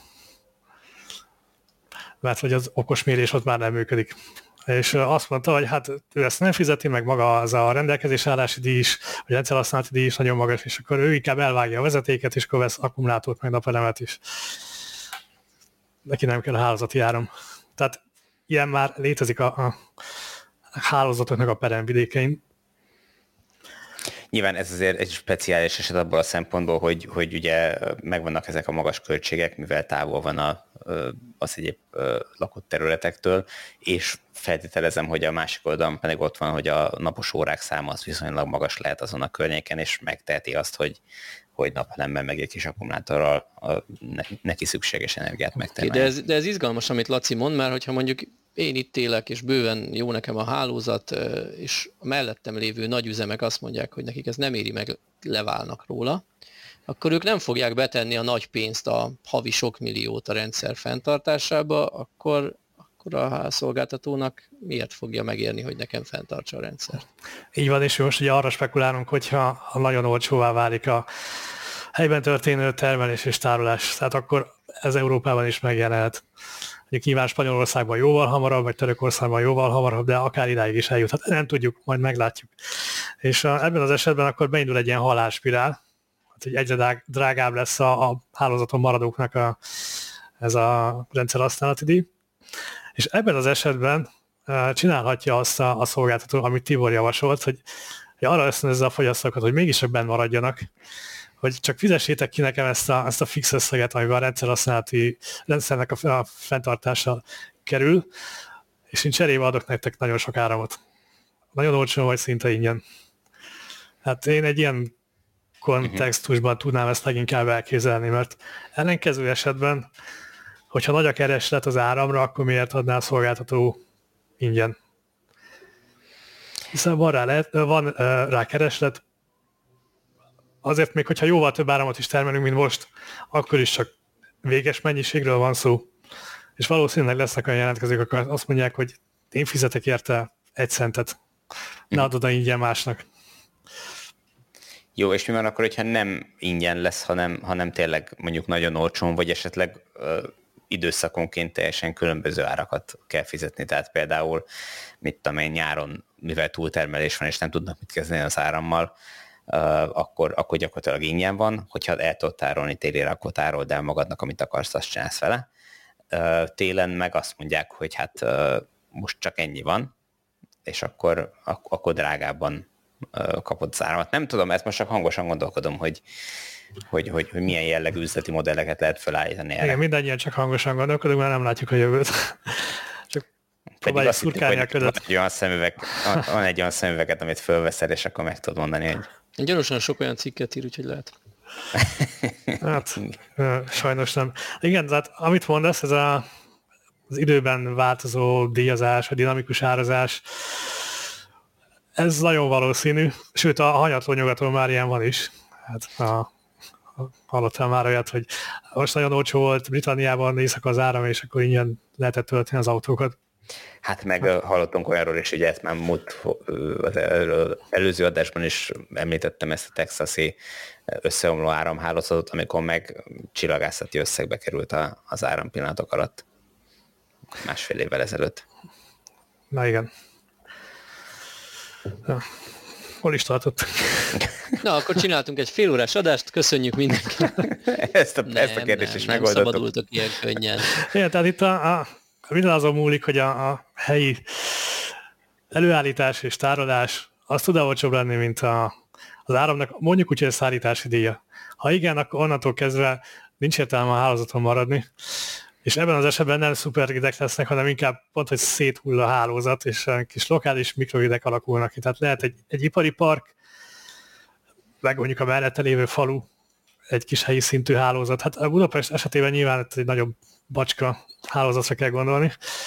Mert hogy az okosmérés ott már nem működik. És azt mondta, hogy hát ő ezt nem fizeti, meg maga az a rendelkezésállási díj is, vagy rendszerhasználati díj is nagyon magas, és akkor ő inkább elvágja a vezetéket, és akkor vesz akkumulátort, meg napelemet is. Neki nem kell a hálózati áram. Tehát ilyen már létezik a, a hálózatoknak a peremvidékein. Nyilván ez azért egy speciális eset abból a szempontból, hogy, hogy ugye megvannak ezek a magas költségek, mivel távol van a, az egyéb lakott területektől, és feltételezem, hogy a másik oldalon pedig ott van, hogy a napos órák száma az viszonylag magas lehet azon a környéken, és megteheti azt, hogy, hogy napelemben meg egy kis akkumulátorral a neki szükséges energiát megtermelni. Okay, de, ez, de ez izgalmas, amit Laci mond, mert hogyha mondjuk én itt élek, és bőven jó nekem a hálózat, és a mellettem lévő nagyüzemek azt mondják, hogy nekik ez nem éri meg, leválnak róla, akkor ők nem fogják betenni a nagy pénzt, a havi sok milliót a rendszer fenntartásába, akkor, akkor a szolgáltatónak miért fogja megérni, hogy nekem fenntartsa a rendszert? Így van, és most ugye arra spekulálunk, hogyha nagyon olcsóvá válik a helyben történő termelés és tárolás, tehát akkor ez Európában is megjelenhet. Nyilván Spanyolországban jóval hamarabb, vagy Törökországban jóval hamarabb, de akár idáig is eljuthat. Nem tudjuk, majd meglátjuk. És ebben az esetben akkor beindul egy ilyen halálspirál, hogy egyre drágább lesz a, a hálózaton maradóknak a, ez a rendszer használati díj. És ebben az esetben csinálhatja azt a, a szolgáltató, amit Tibor javasolt, hogy hogy arra ösztönözze a fogyasztókat, hogy mégis csak benn maradjanak, hogy csak fizessétek ki nekem ezt a, ezt a fix összeget, amivel a rendszerhasználati rendszernek a, a fenntartása kerül, és én cserébe adok nektek nagyon sok áramot. Nagyon olcsó, vagy szinte ingyen. Hát én egy ilyen kontextusban tudnám ezt leginkább elképzelni, mert ellenkező esetben, hogyha nagy a kereslet az áramra, akkor miért adná a szolgáltató ingyen? Hiszen van rá, lehet, van uh, rá kereslet, azért még, hogyha jóval több áramot is termelünk, mint most, akkor is csak véges mennyiségről van szó. És valószínűleg lesznek olyan jelentkezők, akkor azt mondják, hogy én fizetek érte egy centet, ne add oda ingyen másnak. Jó, és mi van akkor, hogyha nem ingyen lesz, hanem, hanem tényleg mondjuk nagyon olcsón, vagy esetleg ö, időszakonként teljesen különböző árakat kell fizetni. Tehát például, mit tudom én, nyáron, mivel túltermelés van, és nem tudnak mit kezdeni az árammal, ö, akkor, akkor gyakorlatilag ingyen van. Hogyha el tudod tárolni télére, akkor tárold el magadnak, amit akarsz, azt csinálsz vele. Ö, télen meg azt mondják, hogy hát ö, most csak ennyi van, és akkor, ak- akkor drágábban kapod az áramat. Nem tudom, ezt most csak hangosan gondolkodom, hogy, hogy, hogy, hogy milyen jellegű üzleti modelleket lehet felállítani erre. Igen, mindannyian csak hangosan gondolkodunk, mert nem látjuk a jövőt. Csak pedig azt hitték, hogy van egy, olyan szemüveg, van egy olyan szemüveget, amit fölveszed, és akkor meg tudod mondani, hogy... Gyorsan sok olyan cikket ír, úgyhogy lehet. Hát, sajnos nem. Igen, tehát amit mondasz, ez a, az időben változó díjazás, a dinamikus árazás, ez nagyon valószínű, sőt a hanyatló nyugaton már ilyen van is. Hát a, a, hallottam már olyat, hogy most nagyon olcsó volt Britanniában éjszaka az áram, és akkor ingyen lehetett tölteni az autókat. Hát meg hát. hallottunk olyanról is, ugye ezt már múlt az előző adásban is említettem ezt a texasi összeomló áramhálózatot, amikor meg csillagászati összegbe került a, az áram pillanatok alatt másfél évvel ezelőtt. Na igen. Ja. Hol is tartottunk? Na, akkor csináltunk egy fél órás adást, köszönjük mindenkinek. Ezt a, nem, ezt a kérdést nem, is nem megoldottuk. szabadultok ilyen könnyen. Igen, tehát itt a, a, minden azon múlik, hogy a, a helyi előállítás és tárolás az tud olcsóbb lenni, mint a, az áramnak mondjuk úgy, hogy a szállítási díja. Ha igen, akkor onnantól kezdve nincs értelme a hálózaton maradni. És ebben az esetben nem szupergridek lesznek, hanem inkább pont, hogy széthull a hálózat, és kis lokális mikrogridek alakulnak ki. Tehát lehet egy, egy ipari park, meg mondjuk a mellette lévő falu, egy kis helyi szintű hálózat. Hát a Budapest esetében nyilván egy nagyobb bacska hálózatra kell gondolni.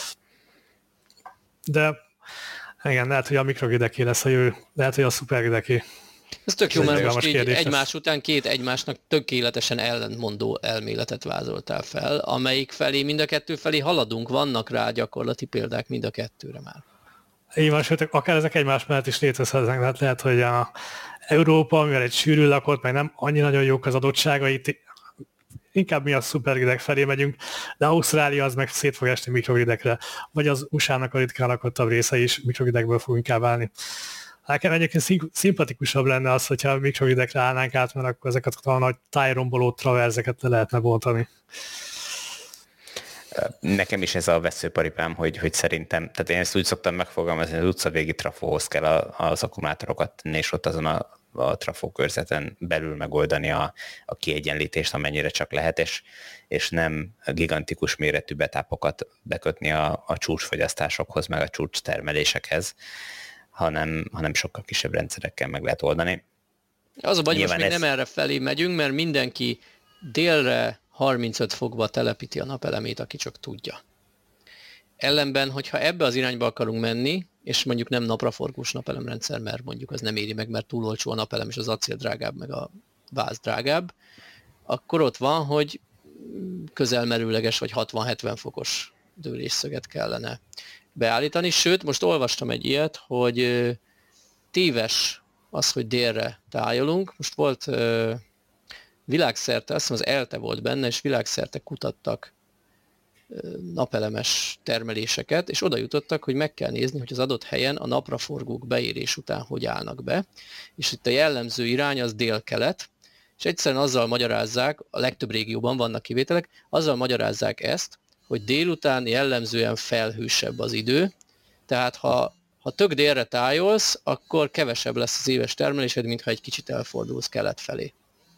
De igen, lehet, hogy a mikrogrideké lesz a jövő, lehet, hogy a szupergrideké. Ez tök jó, mert most így egymás lesz. után két egymásnak tökéletesen ellentmondó elméletet vázoltál fel, amelyik felé, mind a kettő felé haladunk, vannak rá gyakorlati példák mind a kettőre már. Így van, sőt, akár ezek egymás mellett is létezhetnek, tehát lehet, hogy a Európa, mivel egy sűrű lakott, meg nem annyi nagyon jók az adottságait, inkább mi a szupergridek felé megyünk, de Ausztrália az meg szét fog esni mikrogridekre, vagy az u es á-nak a ritkán lakottabb része is mikrogridekből fog inkább állni. Nekem egyébként szimpatikusabb lenne az, hogyha a mikrogridekre állnánk át, mert akkor ezeket a nagy tájromboló traverzeket le lehetne bontani. Nekem is ez a veszőparipám, hogy, hogy szerintem, tehát én ezt úgy szoktam megfogalmazni, hogy az utcavégi trafóhoz kell a, az akkumulátorokat tenni, és ott azon a, a trafókörzeten belül megoldani a, a kiegyenlítést, amennyire csak lehet, és, és nem gigantikus méretű betápokat bekötni a, a csúcsfogyasztásokhoz, meg a csúcs termelésekhez, hanem, hanem sokkal kisebb rendszerekkel meg lehet oldani. Az a baj, most még ez... nem erre felé megyünk, mert mindenki délre harmincöt fokba telepíti a napelemét, aki csak tudja. Ellenben, hogyha ebbe az irányba akarunk menni, és mondjuk nem napraforgós napelemrendszer, mert mondjuk az nem éri meg, mert túl olcsó a napelem, és az acél drágább, meg a váz drágább, akkor ott van, hogy közelmerőleges vagy hatvan-hetven fokos dőlésszöget kellene beállítani. Sőt, most olvastam egy ilyet, hogy téves az, hogy délre tájolunk. Most volt világszerte, azt hiszem az ELTE volt benne, és világszerte kutattak napelemes termeléseket, és oda jutottak, hogy meg kell nézni, hogy az adott helyen a napraforgók beérés után hogy állnak be. És itt a jellemző irány az dél-kelet, és egyszerűen azzal magyarázzák, a legtöbb régióban vannak kivételek, azzal magyarázzák ezt, hogy délután jellemzően felhősebb az idő, tehát ha, Ha tök délre tájolsz, akkor kevesebb lesz az éves termelésed, mintha egy kicsit elfordulsz kelet felé.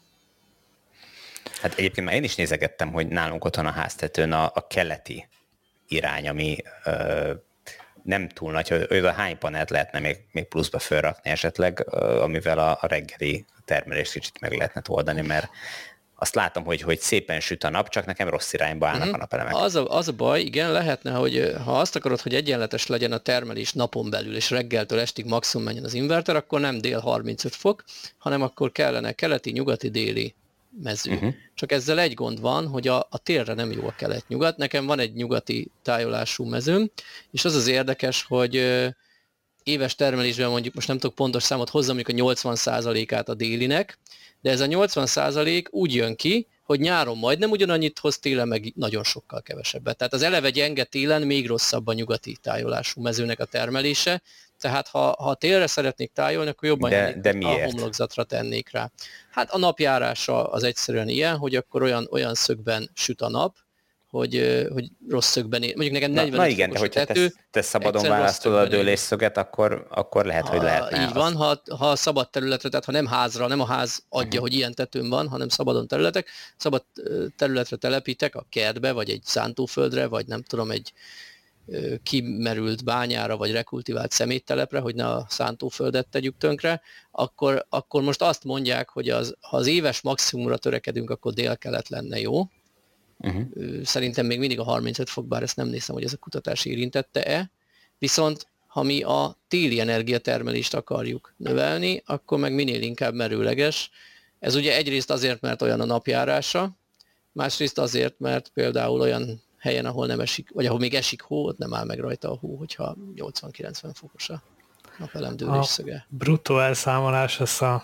Hát egyébként már én is nézegettem, hogy nálunk otthon a háztetőn a, a keleti irány, ami ö, nem túl nagy, hogy olyan hány panelt lehetne még, még pluszba felrakni esetleg, ö, amivel a, a reggeli termelést kicsit meg lehetne oldani, mert azt látom, hogy, hogy szépen süt a nap, csak nekem rossz irányba állnak uh-huh. a napelemek. Az a, az a baj, igen, lehetne, hogy ha azt akarod, hogy egyenletes legyen a termelés napon belül, és reggeltől estig maximum menjen az inverter, akkor nem dél harmincöt fok, hanem akkor kellene keleti, nyugati, déli mező. Uh-huh. Csak ezzel egy gond van, hogy a, a térre nem jó a kelet-nyugat. Nekem van egy nyugati tájolású mezőm, és az az érdekes, hogy éves termelésben mondjuk, most nem tudok pontos számot hozzá, mondjuk a nyolcvan százalékát a délinek, de ez a nyolcvan százalék úgy jön ki, hogy nyáron majdnem ugyanannyit hoz, télen meg nagyon sokkal kevesebbet. Tehát az eleve gyenge télen még rosszabb a nyugati tájolású mezőnek a termelése, tehát ha, ha télre szeretnék tájolni, akkor jobban de, de a homlokzatra tennék rá. Hát a napjárása az egyszerűen ilyen, hogy akkor olyan, olyan szögben süt a nap, hogy, hogy rossz szögben ér. Mondjuk nekem negyven Na, na igen, de hogyha te, te szabadon választod a dőlésszöget, akkor, akkor lehet, hogy lehetne. Így van, ha, ha szabad területre, tehát ha nem házra, nem a ház adja, uh-huh. hogy ilyen tetőn van, hanem szabadon területek, szabad területre telepítek, a kertbe, vagy egy szántóföldre, vagy nem tudom, egy kimerült bányára, vagy rekultivált szeméttelepre, hogy ne a szántóföldet tegyük tönkre, akkor, akkor most azt mondják, hogy az, ha az éves maximumra törekedünk, akkor délkelet lenne jó. Uh-huh. Szerintem még mindig a harmincöt fok, bár ezt nem nézem, hogy ez a kutatás érintette-e. Viszont ha mi a téli energiatermelést akarjuk növelni, akkor meg minél inkább merőleges. Ez ugye egyrészt azért, mert olyan a napjárása, másrészt azért, mert például olyan helyen, ahol nem esik, vagy ahol még esik hó, ott nem áll meg rajta a hó, hogyha nyolcvan-kilencven fokos a napelem dőlés szöge. Bruttó elszámolás, ezt a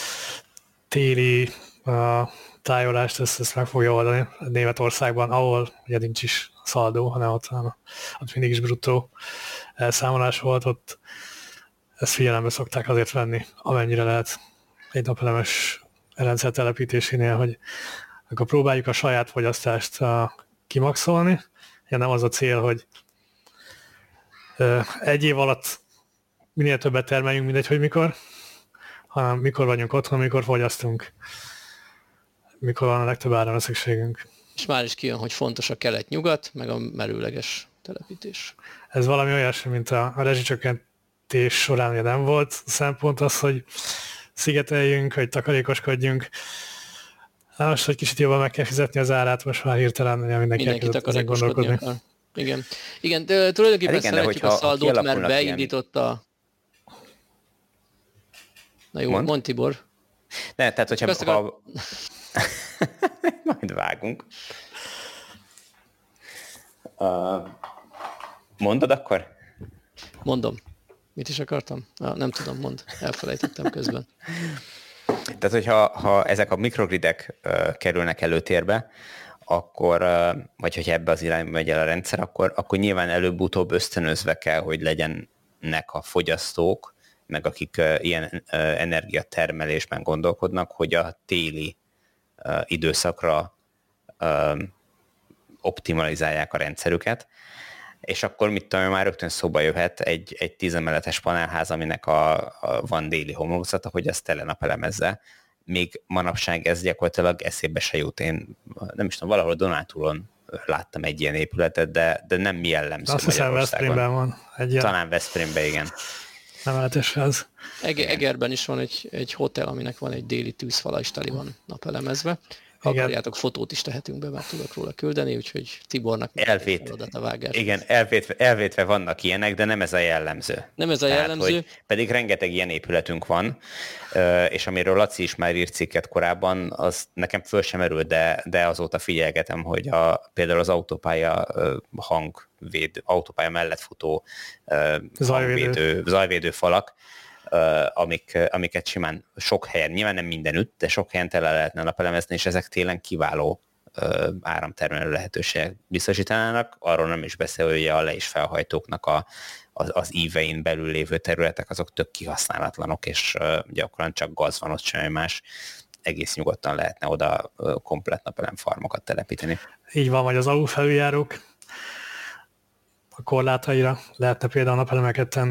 téli a tájolást, ezt, ezt meg fogja oldani Németországban, ahol ugye nincs is szaldó, hanem ott, ott mindig is bruttó elszámolás volt, ott ezt figyelembe szokták azért venni, amennyire lehet egy napelemes rendszer telepítésénél, hogy akkor próbáljuk a saját fogyasztást kimaxolni. Ja, nem az a cél, hogy egy év alatt minél többet termeljünk, mindegy, hogy mikor, hanem mikor vagyunk otthon, mikor fogyasztunk, mikor van a legtöbb áramra szükségünk. És már is kijön, hogy fontos a kelet-nyugat, meg a merőleges telepítés. Ez valami olyasmi, mint a, a rezsicsökkentés során ugye nem volt szempont az, hogy szigeteljünk, hogy takarékoskodjunk. Hát most, hogy kicsit jobban meg kell fizetni az árát, most már hirtelen mindenki, mindenki elkezdett gondolkodni. Akar. Igen. Igen, de tulajdonképpen hát igen, szeretjük a szaldót, mert beindította... Na jó, mond, mond Tibor. Ne, tehát hogyha... Ha... A... Majd vágunk. Uh, mondod akkor? Mondom. Mit is akartam? Ah, nem tudom, mond. Elfelejtettem közben. Tehát, hogyha ha ezek a mikrogridek uh, kerülnek előtérbe, akkor, uh, vagy hogyha ebbe az irányba megy el a rendszer, akkor, akkor nyilván előbb-utóbb ösztönözve kell, hogy legyenek a fogyasztók, meg akik uh, ilyen uh, energiatermelésben gondolkodnak, hogy a téli uh, időszakra uh, optimalizálják a rendszerüket, és akkor mit tudom, már rögtön szóba jöhet egy, egy tízemeletes panelház, aminek a, a van déli homlokzata, hogy ezt telenapelemezze. Még manapság ez gyakorlatilag eszébe se jut. Én nem is tudom, valahol Donátúlon láttam egy ilyen épületet, de, de nem jellemző azt Magyarországon. Azt hiszem Veszprémben van. Egy Talán Veszprémben, igen. Emeletes ház. Ege, Egerben is van egy, egy hotel, aminek van egy déli tűzfala, és teli van napelemezve. Ha igen. akarjátok, fotót is tehetünk be, már tudok róla küldeni, úgyhogy Tibornak Elvét, feladat a vágás. Igen, elvétve, elvétve vannak ilyenek, de nem ez a jellemző. Nem ez a Tehát, jellemző. Pedig rengeteg ilyen épületünk van, és amiről Laci is már írt cikket korábban, az nekem föl sem merül, de, de azóta figyelgetem, hogy a, például az autópálya hangvéd, autópálya mellett futó zajvédő. hangvédő, zajvédő falak, amik, amiket simán sok helyen, nyilván nem mindenütt, de sok helyen tele lehetne napelemezni, és ezek télen kiváló áramtermelő lehetőségek biztosítanának. Arról nem is beszél, hogy a le- és felhajtóknak a, az, az ívein belül lévő területek, azok tök kihasználatlanok, és gyakran csak gaz van ott, semmi más. Egész nyugodtan lehetne oda komplett napelemfarmokat telepíteni. Így van, vagy az alulfelüljárók a korlátaira lehetne például napelemeket tenni.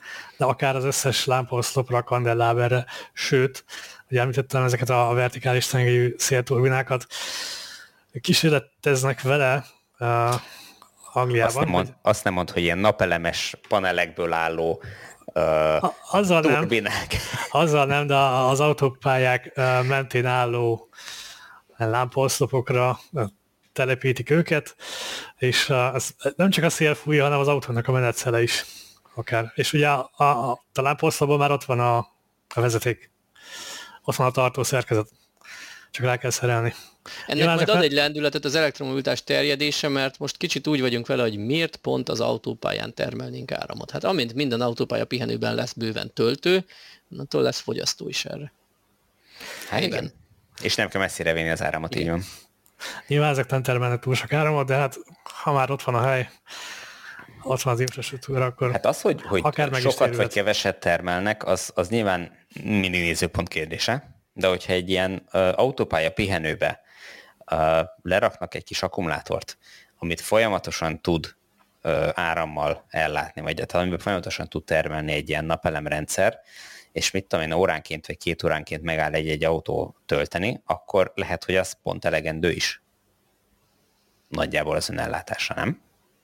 de akár az összes lámpaoszlopra, kandelláberre, sőt, ugye említettem ezeket a vertikális tengelyű szélturbinákat, kísérleteznek vele uh, Angliában. Azt nem, mond, hogy, azt nem mond, hogy ilyen napelemes panelekből álló uh, azzal turbinák. Nem, azzal nem, de az autópályák uh, mentén álló lámpaoszlopokra telepítik őket, és az nem csak a szél fújja, hanem az autónak a menetszele is akár. És ugye a, a, a lámpaoszlopban már ott van a, a vezeték. Ott van a tartó szerkezet. Csak rá kell szerelni. Ennek Nyilván majd ad egy lendületet az elektromobilitás terjedése, mert most kicsit úgy vagyunk vele, hogy miért pont az autópályán termelnénk áramot. Hát amint minden autópálya pihenőben lesz bőven töltő, attól lesz fogyasztó is erre. Hát igen. igen. És nem kell messzire vinni az áramot, igen. Így van. Nyilván ezek nem termelnek túl sok áramot, de hát ha már ott van a hely, ott van az infrastruktúra, akkor hát az, hogy, hogy sokat vagy keveset termelnek, az, az nyilván mindig nézőpont kérdése, de hogyha egy ilyen uh, autópálya pihenőbe uh, leraknak egy kis akkumulátort, amit folyamatosan tud uh, árammal ellátni, vagy hát amiben folyamatosan tud termelni egy ilyen napelemrendszer, és mit tudom én, óránként vagy két óránként megáll egy-egy autó tölteni, akkor lehet, hogy az pont elegendő is. Nagyjából az önellátása, nem?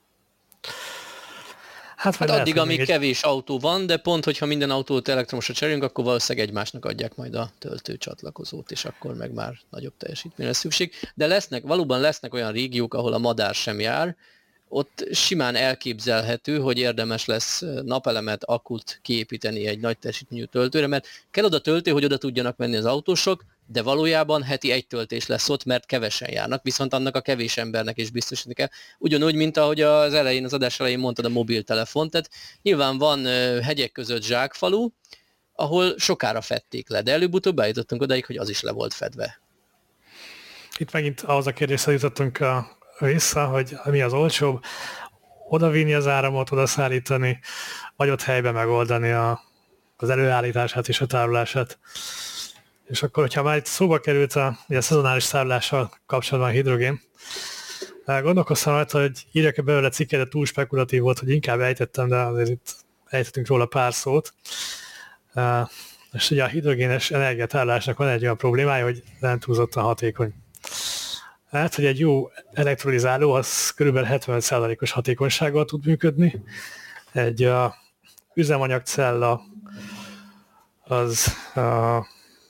Hát, hát addig, amíg egy... kevés autó van, de pont, hogyha minden autót elektromosra cserélünk, akkor valószínűleg egymásnak adják majd a töltőcsatlakozót, és akkor meg már nagyobb teljesítményre lesz szükség. De lesznek, valóban lesznek olyan régiók, ahol a madár sem jár, ott simán elképzelhető, hogy érdemes lesz napelemet, akut kiépíteni egy nagy teljesítményű töltőre, mert kell oda töltő, hogy oda tudjanak menni az autósok, de valójában heti egy töltés lesz ott, mert kevesen járnak, viszont annak a kevés embernek is biztosítani kell. Ugyanúgy, mint ahogy az elején, az adás elején mondtad a mobiltelefon, tehát nyilván van hegyek között zsákfalu, ahol sokára fedték le, de előbb-utóbb eljutottunk odaig, hogy az is le volt fedve. Itt megint ahhoz a kérdésre jutottunk a vissza, hogy mi az olcsóbb, oda vinni az áramot, oda szállítani, vagy ott helyben megoldani a, az előállítását és a tárolását. És akkor, hogyha már itt szóba került a, a szezonális tárolással kapcsolatban a hidrogén, gondolkoztam rajta, hogy írjak-e belőle cikket, de túl spekulatív volt, hogy inkább ejtettem, de azért itt ejtettünk róla pár szót. És ugye a hidrogénes energiatárolásnak van egy olyan problémája, hogy nem túlzottan hatékony. Hát, hogy egy jó elektrolizáló az kb. hetvenöt százalékos hatékonysággal tud működni. Egy uh, üzemanyagcella az uh,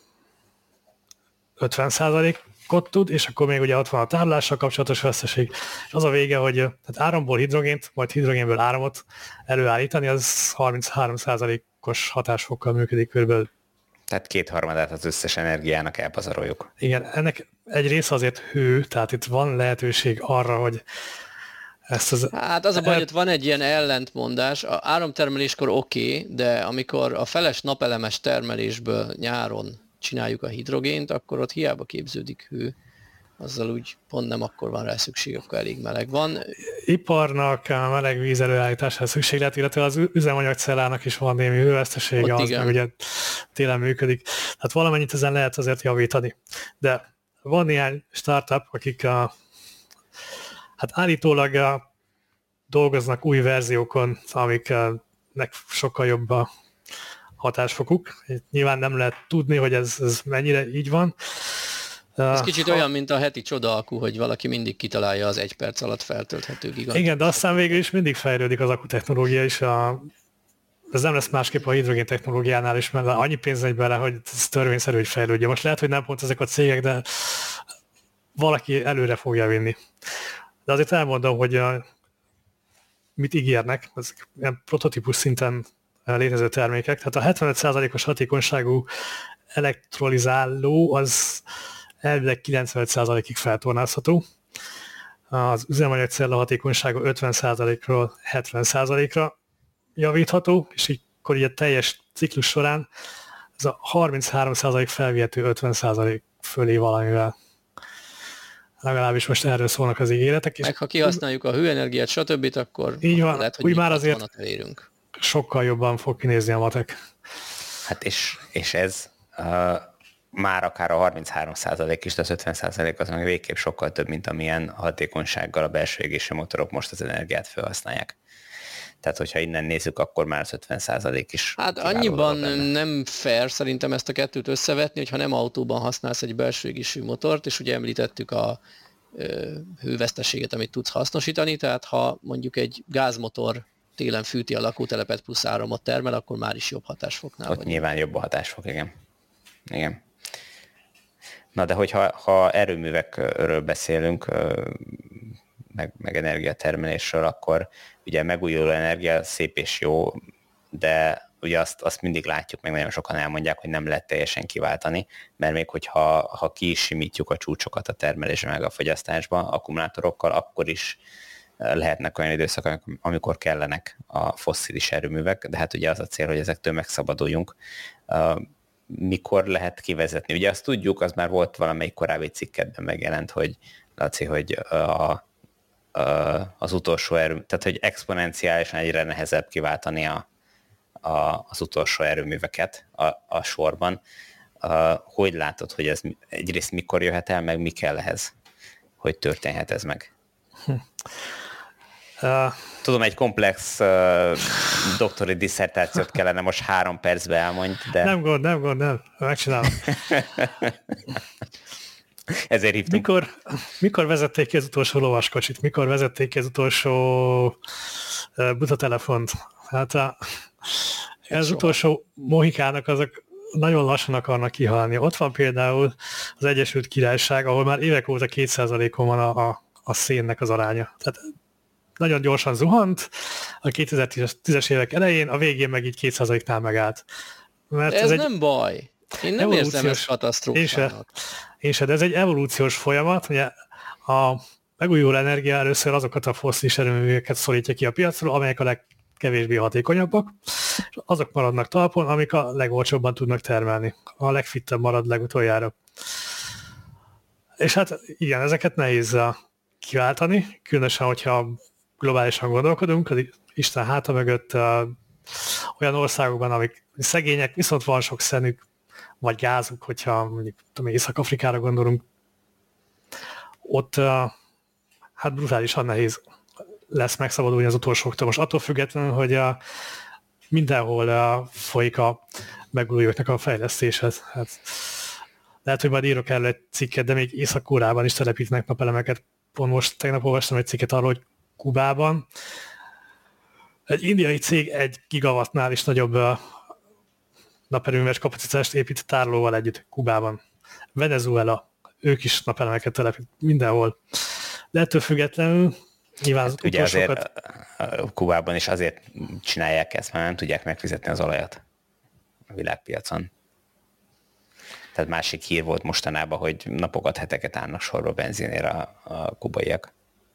ötven százalékot tud, és akkor még ugye ott van a tárolással kapcsolatos veszteség. És az a vége, hogy tehát áramból hidrogént, majd hidrogénből áramot előállítani, az harminchárom százalékos hatásfokkal működik körülbelül. Tehát kétharmadát az összes energiának elpazaroljuk. Igen, ennek egy része azért hő, tehát itt van lehetőség arra, hogy ezt az... Hát az a baj, hogy van egy ilyen ellentmondás. A áramtermeléskor oké, okay, de amikor a feles napelemes termelésből nyáron csináljuk a hidrogént, akkor ott hiába képződik hő. Azzal úgy pont nem akkor van rá szükség, akkor elég meleg van. Iparnak a meleg víz előállítására szükség lehet, illetve az üzemanyagcellának is van némi hővesztesége, az meg ugye télen működik. Tehát valamennyit ezen lehet azért javítani. De van néhány startup, akik a, hát állítólag a, dolgoznak új verziókon, amiknek sokkal jobb a hatásfokuk. Nyilván nem lehet tudni, hogy ez, ez mennyire így van. Ez kicsit a... olyan, mint a heti csodaalkú, hogy valaki mindig kitalálja az egy perc alatt feltölthető gigantikus. Igen, de aztán végül is mindig fejlődik az akkutechnológia is. A... Ez nem lesz másképp a hidrogén technológiánál is, mert annyi pénz megy bele, hogy ez törvényszerű, hogy fejlődjön. Most lehet, hogy nem pont ezek a cégek, de valaki előre fogja vinni. De azért elmondom, hogy a... mit ígérnek, ezek ilyen prototípus szinten létező termékek. Tehát a hetvenöt százalékos hatékonyságú elektrolizáló az elvileg kilencvenöt százalékig feltornázható. Az üzemanyagcella hatékonysága ötven százalékról hetven százalékra javítható, és így akkor így a teljes ciklus során ez a harminchárom százalék felvihető ötven százalék fölé valamivel. Legalábbis most erről szólnak az ígéretek. Meg ha kihasználjuk a hőenergiát, stb., akkor így van, lehet, hogy úgy már azért elérünk. Sokkal jobban fog kinézni a matek. Hát és, és ez uh, már akár a harminchárom százalék is, de az ötven százalék az meg végképp sokkal több, mint amilyen hatékonysággal a belső égésű motorok most az energiát felhasználják. Tehát, hogyha innen nézzük, akkor már az ötven százalék is. Hát annyiban nem fair szerintem ezt a kettőt összevetni, hogyha nem autóban használsz egy belső égésű motort, és ugye említettük a ö, hőveszteséget, amit tudsz hasznosítani, tehát ha mondjuk egy gázmotor télen fűti a lakótelepet plusz áramot termel, akkor már is jobb hatásfoknál Ott vagyunk. nyilván jobb a hatásfok, igen. Igen. Na de hogyha ha erőművekről beszélünk, meg, meg energiatermelésről, akkor ugye megújuló energia szép és jó, de ugye azt, azt mindig látjuk, meg nagyon sokan elmondják, hogy nem lehet teljesen kiváltani, mert még hogyha ha ki is simítjuk a csúcsokat a termelésbe meg a fogyasztásba akkumulátorokkal, akkor is lehetnek olyan időszakok, amikor kellenek a fosszilis erőművek, de hát ugye az a cél, hogy ezektől megszabaduljunk. Mikor lehet kivezetni? Ugye azt tudjuk, az már volt valamelyik korábbi cikketben megjelent, hogy Laci, hogy a, a, az utolsó erő, tehát hogy exponenciálisan egyre nehezebb kiváltani a, a, az utolsó erőműveket a, a sorban. Hogy látod, hogy ez egyrészt mikor jöhet el, meg mi kell ehhez? Hogy történhet ez meg? Hm. Uh, Tudom, egy komplex uh, doktori disszertációt kellene most három percbe elmondj, de... Nem gond, nem gond, nem. Megcsinálom. Ezért hívtunk. Mikor, mikor vezették ki az utolsó lovaskocsit? Mikor vezették ki az utolsó uh, butatelefont? Hát a, az soha. Utolsó mohikának azok nagyon lassan akarnak kihalni. Ott van például az Egyesült Királyság, ahol már évek óta két százalékon van a, a, a szénnek az aránya. Tehát nagyon gyorsan zuhant a kétezer-tízes évek elején, a végén meg így két százaléknál megállt. Mert ez, ez egy nem baj. Én nem érzem ezt katasztrófának. Én se, de ez egy evolúciós folyamat. Ugye a megújuló energia először azokat a fosszilis erőműveket szorítja ki a piacról, amelyek a legkevésbé hatékonyabbak, és azok maradnak talpon, amik a legolcsóbban tudnak termelni. A legfittebb marad legutoljára. És hát igen, ezeket nehéz kiváltani, különösen, hogyha globálisan gondolkodunk, az Isten háta mögött uh, olyan országokban, amik szegények, viszont van sok szenük, vagy gázuk, hogyha mondjuk tudom, Észak-Afrikára gondolunk, ott uh, hát brutálisan nehéz lesz megszabadulni az utolsóktól. Most attól függetlenül, hogy uh, mindenhol uh, folyik a megújulóknak a fejlesztéshez. Hát, lehet, hogy majd írok erről egy cikket, de még Észak-Koreában is telepítenek napelemeket. Pont most tegnap olvastam egy cikket arról, hogy Kubában egy indiai cég egy gigawattnál is nagyobb naperőműves kapacitást épít tárolóval együtt Kubában. Venezuela, ők is napelemeket telepít mindenhol. De ettől függetlenül nyilván az hát ugye azért Kubában is azért csinálják ezt, mert nem tudják megfizetni az olajat a világpiacon. Tehát másik hír volt mostanában, hogy napokat, heteket állnak sorba benzinére a, a kubaiak.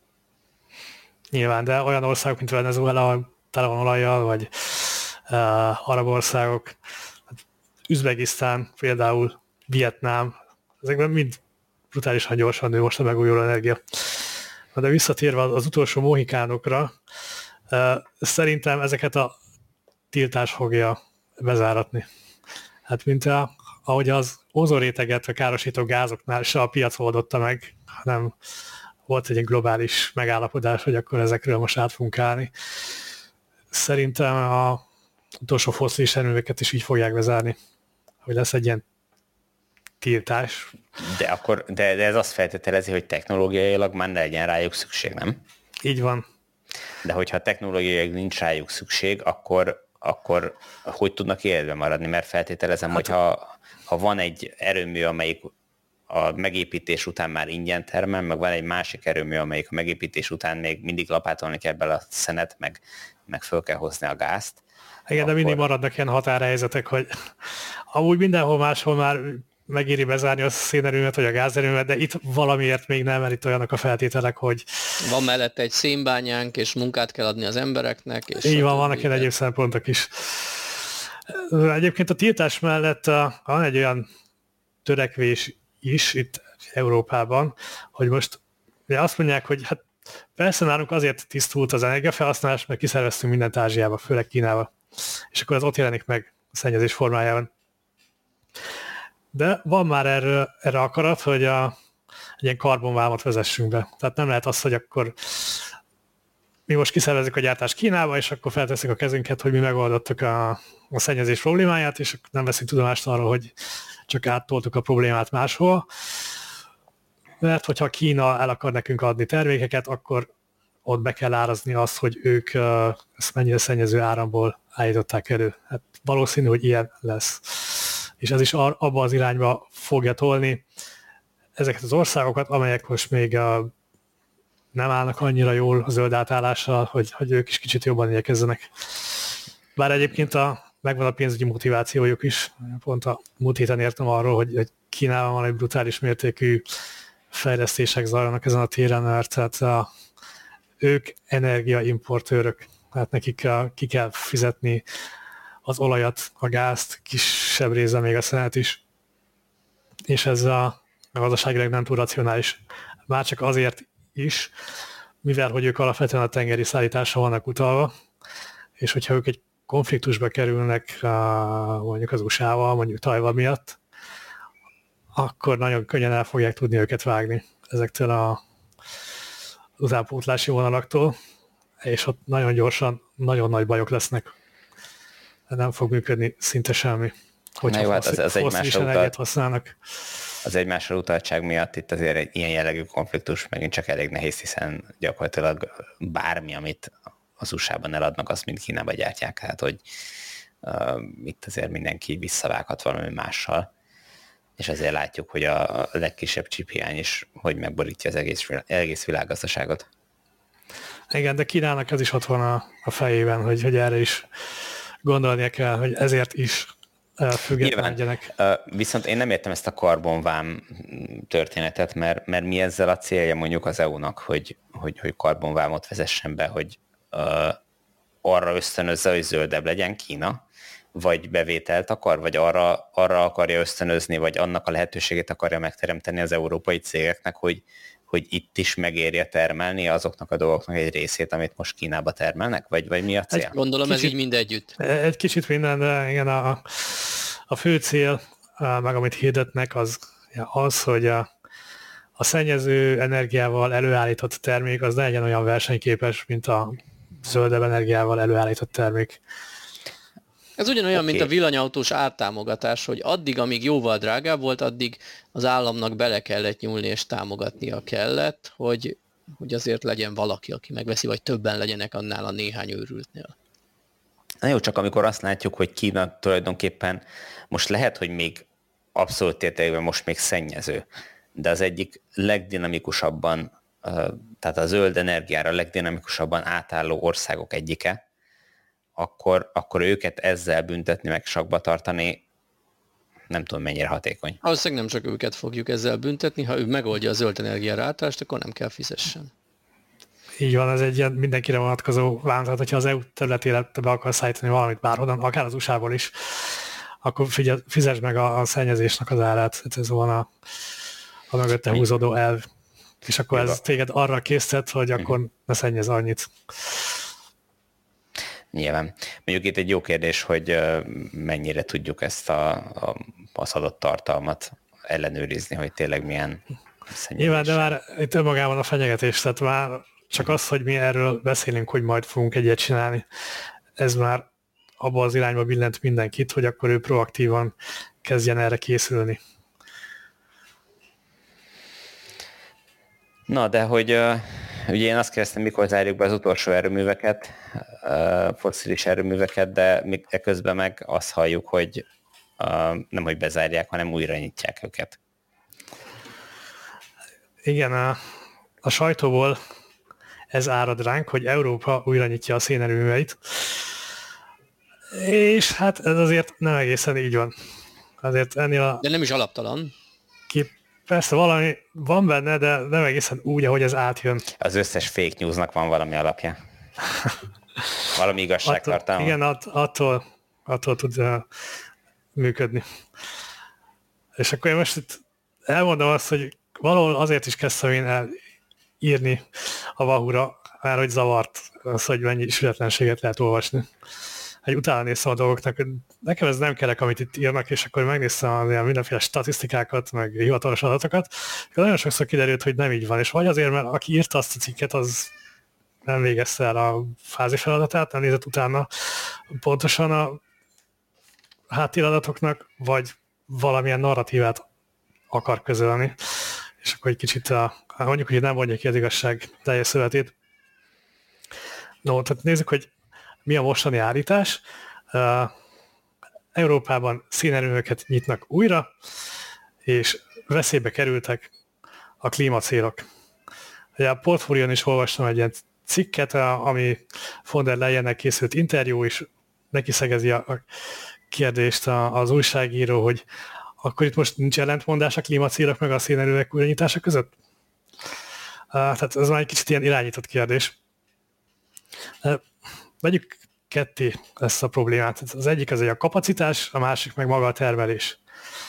Nyilván, de olyan országok, mint Venezuela, tele van olajjal, vagy uh, arab országok, Üzbegisztán például, Vietnám, ezekben mind brutálisan gyorsan nő most a megújuló energia. De visszatérve az utolsó mohikánokra, uh, szerintem ezeket a tiltás fogja bezáratni. Hát mint a, ahogy az ózonréteget a károsító gázoknál se a piac oldotta meg, hanem volt egy globális megállapodás, hogy akkor ezekről most át fogunk állni. Szerintem a utolsó fosszilis erőműveket is így fogják bezárni, hogy lesz egy ilyen tiltás. De, akkor, de, de ez azt feltételezi, hogy technológiailag már ne legyen rájuk szükség, nem? Így van. De hogyha technológiailag nincs rájuk szükség, akkor, akkor hogy tudnak életben maradni? Mert feltételezem, hát, hogy ha, ha van egy erőmű, amelyik a megépítés után már ingyen termel, meg van egy másik erőmű, amelyik a megépítés után még mindig lapátolni kell bele a szenet, meg, meg föl kell hozni a gázt. Igen, akkor... de mindig maradnak ilyen határhelyzetek, hogy amúgy mindenhol máshol már megéri bezárni a szénerőmet, vagy a gázerőmet, de itt valamiért még nem, mert itt olyanok a feltételek, hogy... Van mellette egy szénbányánk, és munkát kell adni az embereknek. És így van, vannak ilyen egyéb szempontok is. Egyébként a tiltás mellett van egy olyan törekvés is itt Európában, hogy most ugye azt mondják, hogy hát persze nálunk azért tisztult az energiafelhasználás, mert kiszerveztünk mindent Ázsiába, főleg Kínába. És akkor az ott jelenik meg a szennyezés formájában. De van már erre, erre akarat, hogy a, egy ilyen karbonvámot vezessünk be. Tehát nem lehet az, hogy akkor mi most kiszervezzük a gyártást Kínába, és akkor felteszik a kezünket, hogy mi megoldottuk a, a szennyezés problémáját, és nem veszünk tudomást arról, hogy csak áttoltuk a problémát máshol. Mert hogyha Kína el akar nekünk adni termékeket, akkor ott be kell árazni azt, hogy ők uh, ezt mennyire szennyező áramból állították elő. Hát valószínű, hogy ilyen lesz. És ez is ar- abba az irányba fogja tolni ezeket az országokat, amelyek most még uh, nem állnak annyira jól a zöld átállással, hogy, hogy ők is kicsit jobban igyekezzenek. Bár egyébként a, megvan a pénzügyi motivációjuk is. Pont a múlt héten értem arról, hogy, hogy Kínában van egy brutális mértékű fejlesztések zajlanak ezen a téren, mert hát a, ők energiaimportőrök, tehát nekik a, ki kell fizetni az olajat, a gázt, kisebb része még a szenet is, és ez a, a gazdaságileg nem túl racionális. Már csak azért is, mivel hogy ők alapvetően a tengeri szállításra vannak utalva, és hogyha ők egy konfliktusba kerülnek mondjuk az u es á-val, mondjuk Tajvan miatt, akkor nagyon könnyen el fogják tudni őket vágni ezektől a utánpótlási vonalaktól, és ott nagyon gyorsan, nagyon nagy bajok lesznek. Nem fog működni szinte semmi, hogyha jó, hát az, az fosszilis energiát használnak. Az egymásra utaltság miatt itt azért egy ilyen jellegű konfliktus megint csak elég nehéz, hiszen gyakorlatilag bármi, amit az u es á-ban eladnak, azt mind Kínába gyártják, tehát hogy uh, itt azért mindenki visszavághat valami mással, és azért látjuk, hogy a legkisebb csiphiány is, hogy megborítja az egész, egész világgazdaságot. Igen, de Kínának ez is ott van a, a fejében, hogy, hogy erre is gondolnia kell, hogy ezért is függetlenedjenek. Viszont én nem értem ezt a karbonvám történetet, mert, mert mi ezzel a célja mondjuk az é u-nak, hogy, hogy, hogy karbonvámot vezessen be, hogy uh, arra ösztönözze, hogy zöldebb legyen Kína, vagy bevételt akar, vagy arra, arra akarja ösztönözni, vagy annak a lehetőségét akarja megteremteni az európai cégeknek, hogy, hogy itt is megérje termelni azoknak a dolgoknak egy részét, amit most Kínába termelnek, vagy, vagy mi a cél? Egy, gondolom kicsit, ez így mindegyütt. Egy kicsit minden, de igen, a, a fő cél, meg amit hirdetnek, az, az hogy a, a szennyező energiával előállított termék az ne legyen olyan versenyképes, mint a zöldebb energiával előállított termék. Ez ugyanolyan, okay. mint a villanyautós ártámogatás, hogy addig, amíg jóval drágább volt, addig az államnak bele kellett nyúlni és támogatnia kellett, hogy, hogy azért legyen valaki, aki megveszi, vagy többen legyenek annál a néhány őrültnél. Na jó, csak amikor azt látjuk, hogy Kína tulajdonképpen most lehet, hogy még abszolút értelemben most még szennyező, de az egyik legdinamikusabban, tehát a zöld energiára legdinamikusabban átálló országok egyike, akkor, akkor őket ezzel büntetni, meg sakba tartani, nem tudom mennyire hatékony. Valószínűleg nem csak őket fogjuk ezzel büntetni, ha ő megoldja a zöld energiára átállást, akkor nem kell fizessen. Így van, ez egy ilyen mindenkire vonatkozó vám, tehát hogyha az é u területére be akar szállítani valamit bárhonnan, akár az u es á-ból is, akkor figyel, fizesd meg a, a szennyezésnek az árát. Hát ez van a, a mögötte húzódó elv. És akkor ez téged arra késztet, hogy akkor ne szennyez annyit. Nyilván. Mondjuk itt egy jó kérdés, hogy mennyire tudjuk ezt a, a, az adott tartalmat ellenőrizni, hogy tényleg milyen szennyezés. Nyilván, de már itt önmagában a fenyegetés, tehát már csak az, hogy mi erről beszélünk, hogy majd fogunk egyet csinálni, ez már abba az irányba billent mindenkit, hogy akkor ő proaktívan kezdjen erre készülni. Na, de hogy uh, ugye én azt kérdeztem, mikor zárjuk be az utolsó erőműveket, uh, fosszilis erőműveket, de eközben meg azt halljuk, hogy uh, nem, hogy bezárják, hanem újra nyitják őket. Igen, a, a sajtóból ez árad ránk, hogy Európa újra nyitja a szénerőműveit, és hát ez azért nem egészen így van. Azért ennél a... De nem is alaptalan. Ki, persze valami van benne, de nem egészen úgy, ahogy ez átjön. Az összes fake newsnak van valami alapja. Valami igazságtartalma. Igen, att, attól, attól tud uh, működni. És akkor én most itt elmondom azt, hogy valahol azért is kezdtem én el írni a Wahoo-ra, mert hogy zavart az, hogy mennyi ismeretlenséget lehet olvasni. Hogy utána néztem a dolgoknak, hogy nekem ez nem kerek, amit itt írnak, és akkor megnéztem a mindenféle statisztikákat, meg hivatalos adatokat, és nagyon sokszor kiderült, hogy nem így van, és vagy azért, mert aki írta azt a cikket, az nem végezte el a fázi feladatát, nem nézett utána pontosan a háttiradatoknak, vagy valamilyen narratívát akar közölni. És akkor egy kicsit a, mondjuk, hogy nem vonja ki az igazság teljes szövetét. No, tehát nézzük, hogy mi a mostani állítás. Uh, Európában szénerőműveket nyitnak újra, és veszélybe kerültek a klímacélok. A Portfólión is olvastam egy ilyen cikket, ami von der Leyennek készült interjú, és neki szegezi a kérdést az újságíró, hogy akkor itt most nincs ellentmondás a klímacélok meg a szénerőművek újranyitása között? Tehát ez már egy kicsit ilyen irányított kérdés. Vegyük ketté ezt a problémát. Az egyik az a kapacitás, a másik meg maga a termelés.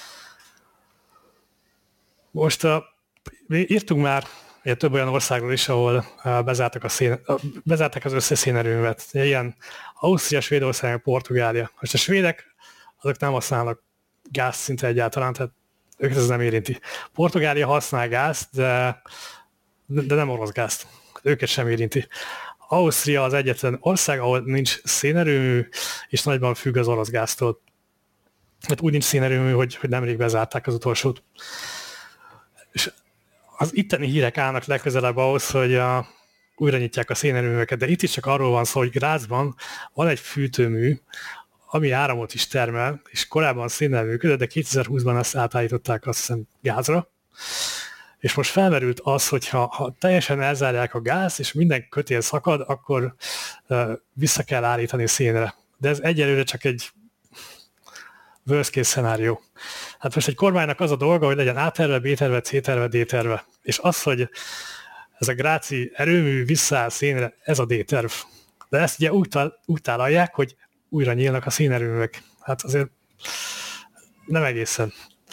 Most a, mi írtunk már több olyan országról is, ahol bezártak, a szén, bezártak az összes szénerőművet. Ilyen Ausztria, Svédország, Portugália. Most a svédek azok nem használnak gáz szinte egyáltalán, tehát őket ez nem érinti. Portugália használ gázt, de, de nem orosz gázt. Őket sem érinti. Ausztria az egyetlen ország, ahol nincs szénerőmű, és nagyban függ az orosz gáztól. Hát úgy nincs szénerőmű, hogy, hogy nemrég bezárták az utolsót. És az itteni hírek állnak legközelebb ahhoz, hogy a, újra nyitják a szénerőműveket, de itt is csak arról van szó, hogy Grazban van egy fűtőmű, ami áramot is termel, és korábban szénnel működött, de kétezer-húszban ezt átállították azt hiszem gázra. És most felmerült az, hogy ha, ha teljesen elzárják a gáz, és minden kötél szakad, akkor uh, vissza kell állítani szénre. De ez egyelőre csak egy worst case szenárió. Hát most egy kormánynak az a dolga, hogy legyen A-terve, B-terve, C-terve, D-terve. És az, hogy ez a gráci erőmű visszaáll szénre, ez a D-terv. De ezt ugye úgy, tal- úgy tálalják, hogy újra nyílnak a szénerőművek. Hát azért nem egészen.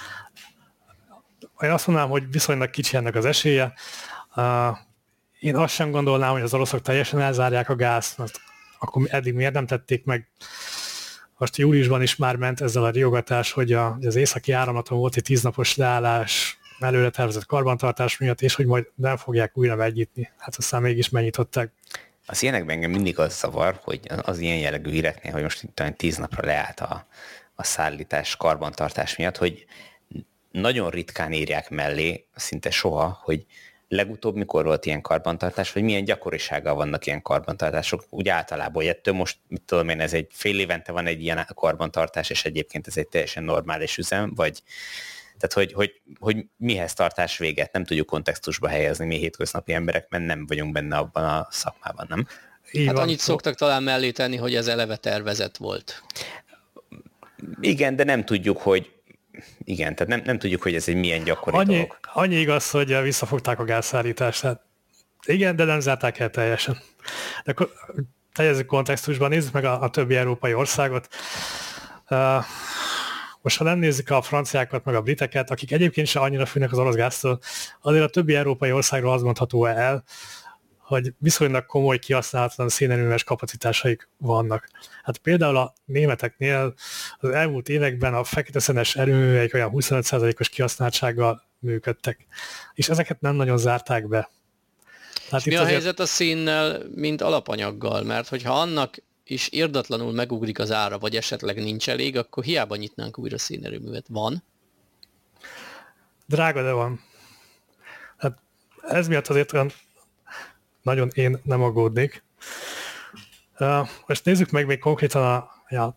Én azt mondanám, hogy viszonylag kicsi ennek az esélye. Én azt sem gondolnám, hogy az oroszok teljesen elzárják a gázt, mert akkor eddig miért nem tették meg. Most júliusban is már ment ezzel a riogatás, hogy az északi áramlaton volt egy tíznapos leállás, előre tervezett karbantartás miatt, és hogy majd nem fogják újra megnyitni. Hát aztán mégis megnyitották. Az ilyenekben engem mindig az zavar, hogy az ilyen jellegű híreknél, hogy most talán tíz napra leállt a, a szállítás, karbantartás miatt, hogy nagyon ritkán írják mellé, szinte soha, hogy legutóbb mikor volt ilyen karbantartás, vagy milyen gyakorisággal vannak ilyen karbantartások. Úgy általában ettől most, mit tudom én, ez egy fél évente van egy ilyen karbantartás, és egyébként ez egy teljesen normális üzem, vagy tehát, hogy, hogy, hogy mihez tartás véget, nem tudjuk kontextusba helyezni mi hétköznapi emberek, mert nem vagyunk benne abban a szakmában, nem? Így hát van. Annyit szoktak talán mellé tenni, hogy ez eleve tervezett volt. Igen, de nem tudjuk, hogy igen, tehát nem, nem tudjuk, hogy ez egy milyen gyakori annyi, dolog. Annyi igaz, hogy visszafogták a gázszállítást. Hát igen, de nem zárták el teljesen. De akkor teljezzük kontextusban, nézzük meg a, a többi európai országot. Uh, most ha nem nézzük a franciákat, meg a briteket, akik egyébként sem annyira függnek az orosz gáztól, azért a többi európai országról az mondható el, hogy viszonylag komoly kihasználatlan szénerőműves kapacitásaik vannak. Hát például a németeknél az elmúlt években a feketeszenes erőműveik olyan huszonöt százalékos kihasználtsággal működtek, és ezeket nem nagyon zárták be. Tehát mi a azért... helyzet a szénnel, mint alapanyaggal? Mert hogyha annak is irdatlanul megugrik az ára, vagy esetleg nincs elég, akkor hiába nyitnánk újra szénerőművet. Van? Drága, de van. Hát ez miatt azért olyan nagyon én nem aggódnék. Uh, most nézzük meg még konkrétan a, ja,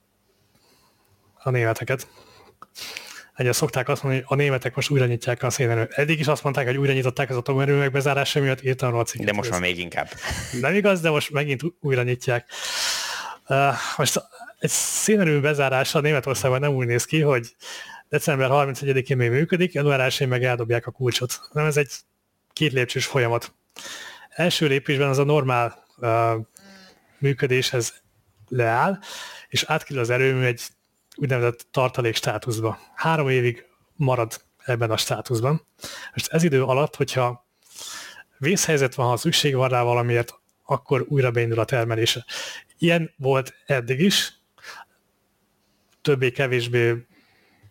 a németeket. Egyre szokták azt mondani, hogy a németek most újra nyitják a szénerőművet. Eddig is azt mondták, hogy újra nyitották az atomerőművek bezárása miatt, írtam róla a cikket. De most már még inkább. Nem igaz, de most megint újra nyitják. Uh, most egy szénerőmű bezárása Németországban nem úgy néz ki, hogy december harmincegyedikén még működik, január elsején meg eldobják a kulcsot. Nem, ez egy két lépcsős folyamat. Első lépésben az a normál uh, működéshez leáll, és átkerül az erőmű egy úgynevezett tartalék státuszba. Három évig marad ebben a státuszban. Most ez idő alatt, hogyha vészhelyzet van, ha szükség van rá valamiért, akkor újra beindul a termelése. Ilyen volt eddig is, többé-kevésbé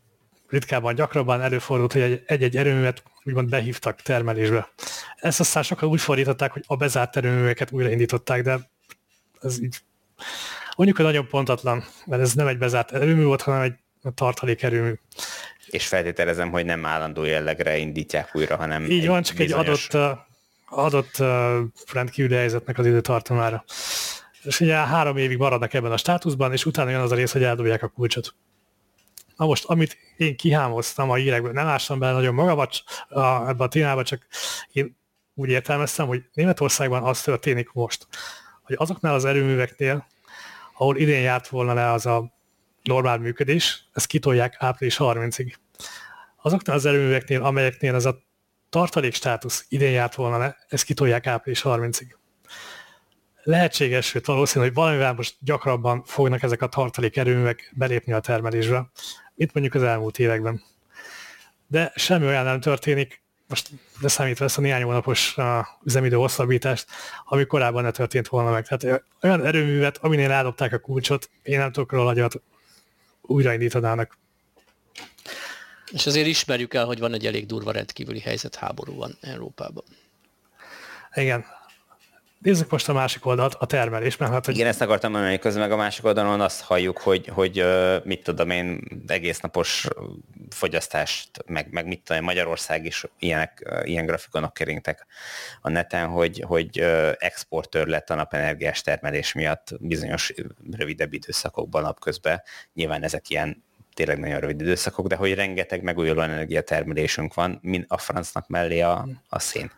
ritkában, gyakrabban előfordult, hogy egy-egy erőművet úgymond behívtak termelésbe. Ezt aztán sokan úgy fordították, hogy a bezárt erőműveket újraindították, de ez így mondjuk, hogy nagyon pontatlan, mert ez nem egy bezárt erőmű volt, hanem egy tartalék erőmű. És feltételezem, hogy nem állandó jellegre indítják újra, hanem így egy van, csak bizonyos... egy adott, adott rendkívüli helyzetnek az időtartamára. És ugye három évig maradnak ebben a státuszban, és utána jön az a rész, hogy eldobják a kulcsot. Na most, amit én kihámoztam a hírekből, nem ástam bele nagyon magamat ebbe a témába, csak én úgy értelmeztem, hogy Németországban az történik most, hogy azoknál az erőműveknél, ahol idén járt volna le az a normál működés, ezt kitolják április harmincadikáig. Azoknál az erőműveknél, amelyeknél ez a tartalék státusz idén járt volna le, ezt kitolják április harmincadikáig. Lehetséges, sőt valószínű, hogy valamivel most gyakrabban fognak ezek a tartalék erőművek belépni a termelésbe, mint mondjuk az elmúlt években. De semmi olyan nem történik, most leszámítva ezt a néhány hónapos uh, üzemidő hosszabbítást, ami korábban ne történt volna meg. Tehát olyan erőművet, aminél eldobták a kulcsot, én nem tudok róla, hogy újraindítanának. És azért ismerjük el, hogy van egy elég durva rendkívüli helyzet, háború van Európában. Igen. Nézzük most a másik oldalt, a termelés. Mert hát, hogy... Igen, ezt akartam mondani, közben meg a másik oldalon azt halljuk, hogy, hogy mit tudom én, egész napos fogyasztást, meg, meg mit tudom én, Magyarország is ilyenek, ilyen grafikonok keringtek a neten, hogy, hogy exportőr lett a napenergiás termelés miatt bizonyos rövidebb időszakokban napközben. Nyilván ezek ilyen tényleg nagyon rövid időszakok, de hogy rengeteg megújuló energiatermelésünk van, mint a francnak mellé a, a szén.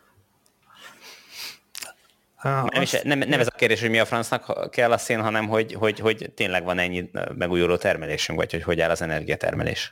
Nem, azt... nem, nem ez a kérdés, hogy mi a francnak kell a szén, hanem hogy, hogy, hogy tényleg van ennyi megújuló termelésünk, vagy hogy hogy áll az energiatermelés.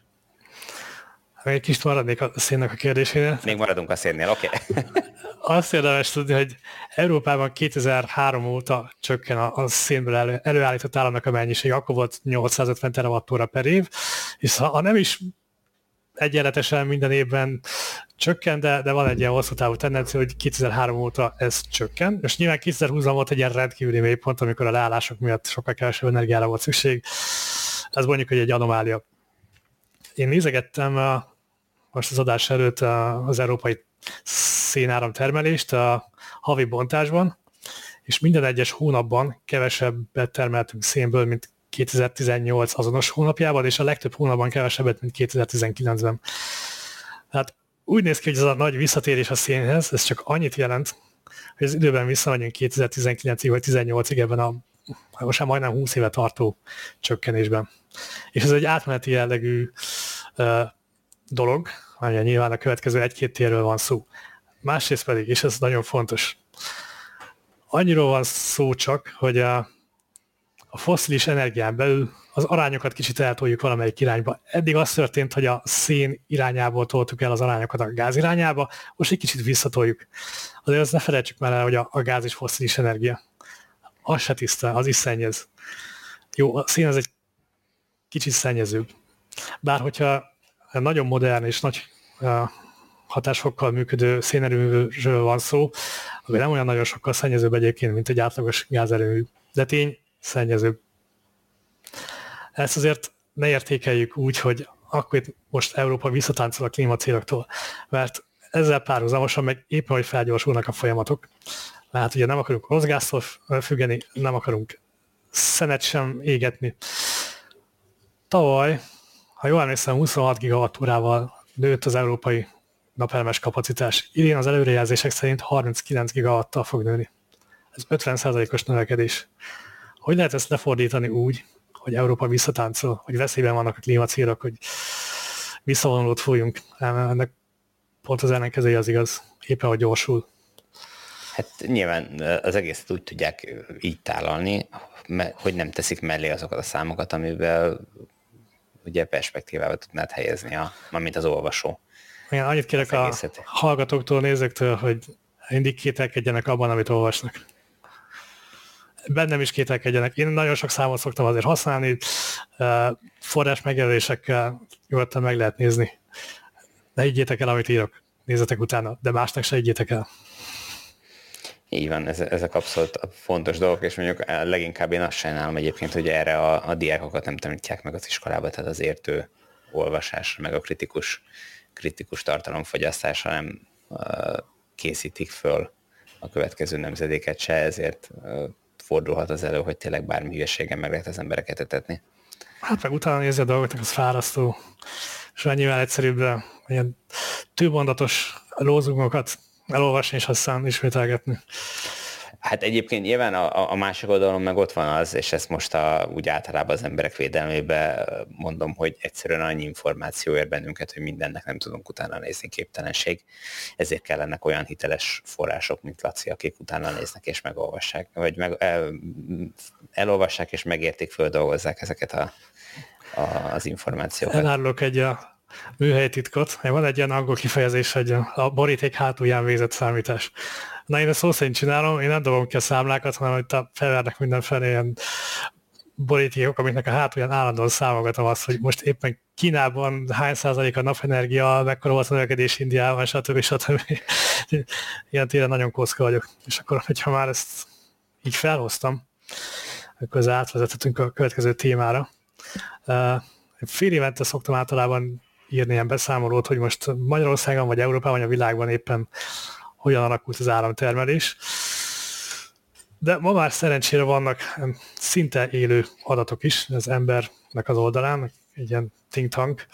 Egy kicsit maradnék a szénnek a kérdésénél. Még maradunk a szénnél, oké. Okay. Azt érdemes tudni, hogy Európában kétezer-három óta csökken a szénből elő, előállított államnak a mennyiség, akkor volt nyolcszázötven terawattóra per év, és ha nem is egyenletesen minden évben csökken, de, de van egy ilyen hosszú távú tendencia, hogy kétezer-három óta ez csökken, és nyilván kétezer-húszban volt egy ilyen rendkívüli mélypont, amikor a leállások miatt sokkal kevesebb energiára volt szükség. Ez mondjuk, hogy egy anomália. Én nézegettem a, most az adás előtt a, az európai szénáram termelést a havi bontásban, és minden egyes hónapban kevesebbet termeltünk szénből, mint kétezer-tizennyolc azonos hónapjában, és a legtöbb hónapban kevesebbet, mint kétezer-tizenkilencben. Tehát úgy néz ki, hogy ez a nagy visszatérés a szénhez, ez csak annyit jelent, hogy az időben visszamegyünk kétezer-tizenkilencig vagy tizennyolcig ebben a most már majdnem húsz éve tartó csökkenésben. És ez egy átmeneti jellegű uh, dolog, ami nyilván a következő egy-két térről van szó. Másrészt pedig, és ez nagyon fontos, annyiról van szó csak, hogy a, a fosszilis energián belül az arányokat kicsit eltoljuk valamelyik irányba. Eddig az történt, hogy a szén irányából toltuk el az arányokat a gáz irányába, most egy kicsit visszatoljuk. Azért azt ne felejtsük már el, hogy a, a gáz is fosszilis energia. Az se tiszta, az is szennyez. Jó, a szén az egy kicsit szennyezőbb. Bár hogyha nagyon modern és nagy uh, hatásfokkal működő szénerőműről van szó, akkor nem olyan nagyon sokkal szennyezőbb egyébként, mint egy átlagos gázerőmű. De tény, szennyezőbb. Ezt azért ne értékeljük úgy, hogy akkor itt most Európa visszatáncol a klímacéloktól, mert ezzel párhuzamosan meg éppen, hogy felgyorsulnak a folyamatok. Tehát ugye nem akarunk orosz gáztól függeni, nem akarunk szenet sem égetni. Tavaly, ha jól emlékszem, huszonhat gigawattórával nőtt az európai napelemes kapacitás. Idén az előrejelzések szerint harminckilenc gigawattal fog nőni. Ez ötven százalékos növekedés. Hogy lehet ezt lefordítani úgy, hogy Európa visszatáncol, hogy veszélyben vannak a klímacélok, hogy visszavonulót fújjunk? Ennek pont az ellenkezője az igaz, éppen hogy gyorsul. Hát nyilván az egészet úgy tudják így tálalni, hogy nem teszik mellé azokat a számokat, amivel ugye perspektívába tudnád helyezni, a, mint az olvasó. Igen, annyit kérek a hallgatóktól, nézőktől, hogy mindig kételkedjenek abban, amit olvasnak. Bennem is kételkedjenek. Én nagyon sok számot szoktam azért használni, forrás megjelölésekkel nyugodtan meg lehet nézni. Ne higgyétek el, amit írok. Nézzetek utána, de másnak se higgyétek el. Így van, ez, ezek abszolút fontos dolgok, és mondjuk leginkább én azt sajnálom egyébként, hogy erre a, a diákokat nem tanítják meg az iskolába, tehát az értő olvasásra, meg a kritikus, kritikus tartalomfogyasztásra nem készítik föl a következő nemzedéket se, ezért fordulhat az elő, hogy tényleg bármi hülyeségen meg lehet az embereket etetni. Hát meg utána nézni a dolgoknak, az fárasztó, és annyivel egyszerűbb ilyen tőmondatos lózungokat elolvasni, és aztán ismételgetni. Hát egyébként nyilván a, a másik oldalon meg ott van az, és ezt most a, úgy általában az emberek védelmébe mondom, hogy egyszerűen annyi információ ér bennünket, hogy mindennek nem tudunk utána nézni, képtelenség. Ezért kellenek olyan hiteles források, mint Laci, akik utána néznek és megolvassák, vagy meg, el, elolvassák és megértik, földolgozzák ezeket a, a, az információkat. Elárulok egy a műhelyi titkot. Van egy ilyen angol kifejezés, hogy a boríték hátulján végzett számítás. Na, én ezt szó szerint csinálom, én nem dobom ki a számlákat, hanem hogy felvernek mindenfelé ilyen borítékok, amiknek a hátulján állandóan számogatom azt, hogy most éppen Kínában hány százalék a napenergia, mekkora volt a növekedés Indiában, stb. stb. Ilyen téren nagyon kocka vagyok. És akkor, hogyha már ezt így felhoztam, akkor az átvezethetünk a következő témára. Fél évente szoktam általában írni ilyen beszámolót, hogy most Magyarországon, vagy Európában, vagy a világban éppen hogyan alakult az áramtermelés. De ma már szerencsére vannak szinte élő adatok is az embernek az oldalán, egy ilyen think tank.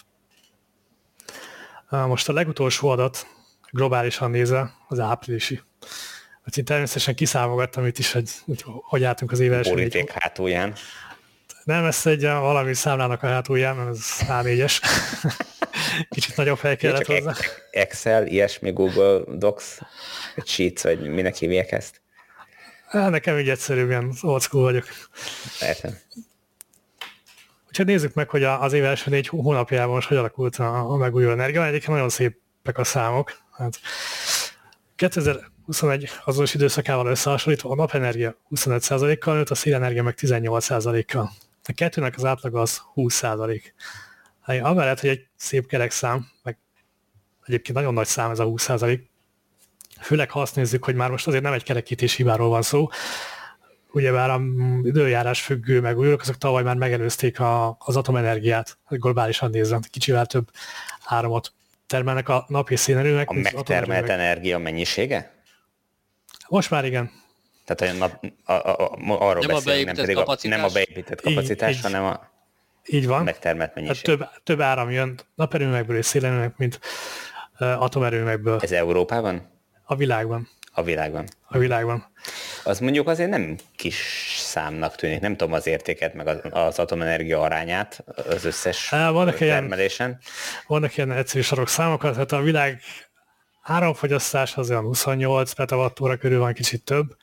Most a legutolsó adat, globálisan nézve, az áprilisi. Hát én természetesen kiszámogattam itt is, hogy hogy álltunk az év első négy. Boríték hátulján. Nem, ez egy valami számlának a hátulján, mert ez á négyes. Kicsit nagyobb hely kellett hozzá. Excel, ilyesmi, Google Docs, vagy Sheets, vagy minek hívják ezt? Há, nekem így egyszerűbb, ilyen old school vagyok. Értem. Úgyhogy nézzük meg, hogy az év első négy hónapjában most hogy alakult a, a megújuló energia. Egyébként nagyon szépek a számok. Hát kétezer-huszonegy azonos időszakával összehasonlítva a napenergia huszonöt százalékkal nőtt, a szélenergia meg tizennyolc százalékkal. A kettőnek az átlaga az húsz százalék. Amellett, hogy egy szép kerek szám, meg egyébként nagyon nagy szám ez a húsz százalék, főleg ha azt nézzük, hogy már most azért nem egy kerekítés hibáról van szó, ugyebár a időjárás függő megújulók, azok tavaly már megelőzték a, az atomenergiát, globálisan nézve, kicsivel több áramot termelnek a napi szénerőmek. A megtermelt energia mennyisége? Most már igen. Tehát a nap, a, a, a, arról nem beszélünk, nem pedig a, nem a beépített kapacitás, így, hanem a így van. megtermelt mennyiség. Több, több áram jön naperőmekből és szélerőmek, mint uh, atomerőmekből. Ez Európában? A világban. A világban. A világban. Az mondjuk azért nem kis számnak tűnik. Nem tudom az értéket, meg az, az atomenergia arányát az összes vannak termelésen. Ilyen, vannak ilyen egyszerű sarok számokat, tehát a világ áramfogyasztás az olyan huszonnyolc petawattóra körül van, kicsit több.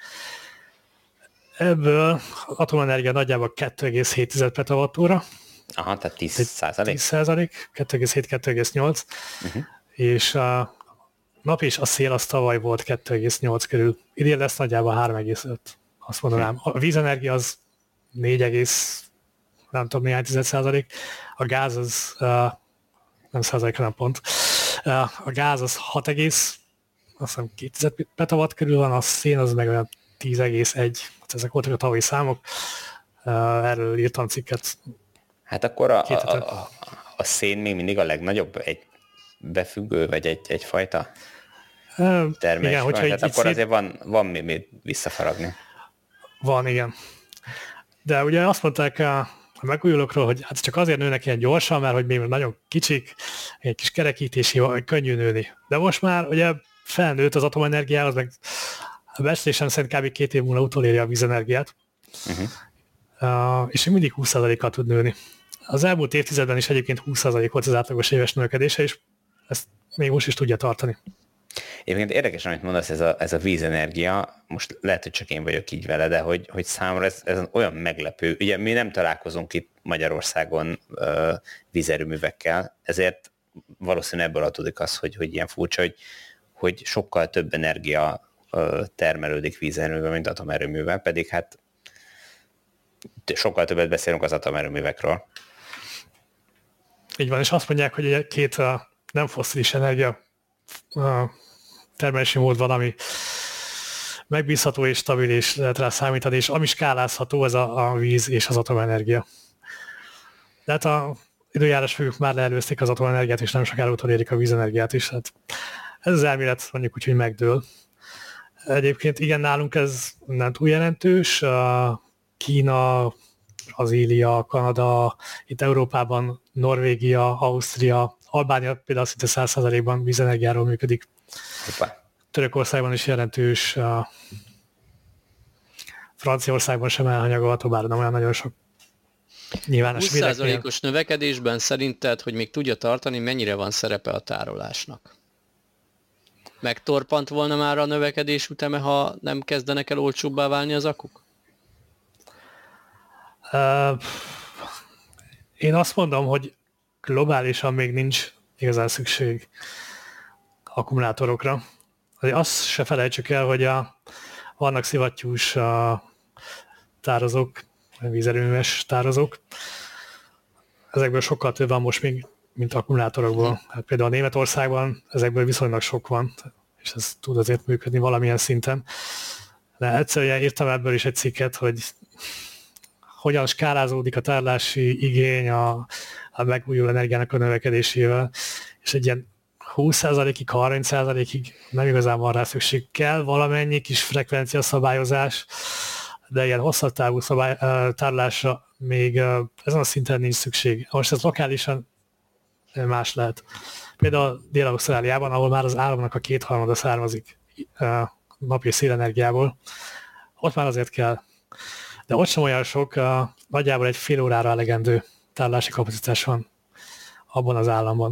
Ebből az atomenergia nagyjából kettő egész hét petawattóra. Aha, tehát tíz százalék. tíz százalék, kettő egész hét kettő egész nyolc. Uh-huh. És a nap és a szél az tavaly volt kettő egész nyolc körül. Idén lesz nagyjából három egész öt. Azt mondanám. A vízenergia az négy, nem tudom néhány tized százalék. A gáz az uh, nem százalék, hanem pont. Uh, a gáz az hat egész két petawatt körül van, a szén az meg olyan tíz egész egy. Ezek voltak a tavalyi számok. Uh, erről írtam cikket. Hát akkor a, a, a, a szén még mindig a legnagyobb egy befüggő, vagy egy, egyfajta termés. Igen, hogyha hát akkor szét... azért van, van mi, mi visszafaragni. Van, igen. De ugye azt mondták a, a megújulókról, hogy hát csak azért nőnek ilyen gyorsan, mert hogy még nagyon kicsik, egy kis kerekítési, könnyű nőni. De most már ugye felnőtt az atomenergiához, meg a becslésem szerint kb. Két év múlva utolérje a vízenergiát. Uh-huh. Uh, és még mindig húsz százalékkal tud nőni. Az elmúlt évtizedben is egyébként húsz százalék volt az átlagos éves növekedése, és ezt még most is tudja tartani. Egyébként érdekes, amit mondasz, ez a, ez a vízenergia, most lehet, hogy csak én vagyok így vele, de hogy, hogy számomra ez, ez olyan meglepő. Ugye mi nem találkozunk itt Magyarországon uh, vízerőművekkel, ezért valószínűleg ebből adódik az, hogy, hogy ilyen furcsa, hogy, hogy sokkal több energia uh, termelődik vízerőművel, mint atomerőművel, pedig hát sokkal többet beszélünk az atomerőművekről. Így van, és azt mondják, hogy egy két uh, nem fosszilis energia uh, termelési mód van, ami megbízható és stabil, és lehet rá számítani, és ami skálázható, ez a, a víz és az atomenergia. De hát a, időjárás függők már leelőzték az atomenergiát, és nem sokára utolérik a vízenergiát is. Hát ez az elmélet mondjuk úgy, hogy megdől. Egyébként igen, nálunk ez nem túl jelentős. Kína, Brazília, Kanada, itt Európában Norvégia, Ausztria, Albánia például szinte száz százalékban vízenergiáról működik. Hoppá. Törökországban is jelentős, Franciaországban sem elhanyagolható, bár nem olyan nagyon sok nyilvános húsz százalékos növekedésben szerinted, hogy még tudja tartani, mennyire van szerepe a tárolásnak? Megtorpant volna már a növekedés üteme, ha nem kezdenek el olcsóbbá válni az akuk? Uh, én azt mondom, hogy globálisan még nincs igazán szükség akkumulátorokra. Azt se felejtsük el, hogy a, vannak szivattyús a tározók, vízerőműves tározók. Ezekből sokkal több van most még, mint akkumulátorokból. Hát például a Németországban ezekből viszonylag sok van, és ez tud azért működni valamilyen szinten. De egyszerűen írtam ebből is egy cikket, hogy hogyan skálázódik a tárlási igény a, a megújuló energiának a növekedésével, és egy ilyen húsz százalékig, harminc százalékig nem igazán van rá szükség. Kell valamennyi kis frekvencia szabályozás, de ilyen hosszabb távú szabály, tárolásra még ezen a szinten nincs szükség. Most ez lokálisan más lehet. Például Dél-Ausztráliában, ahol már az áramnak a kétharmada származik nap- és szélenergiából, ott már azért kell. De ott sem olyan sok, nagyjából egy fél órára elegendő tárolási kapacitás van abban az államban.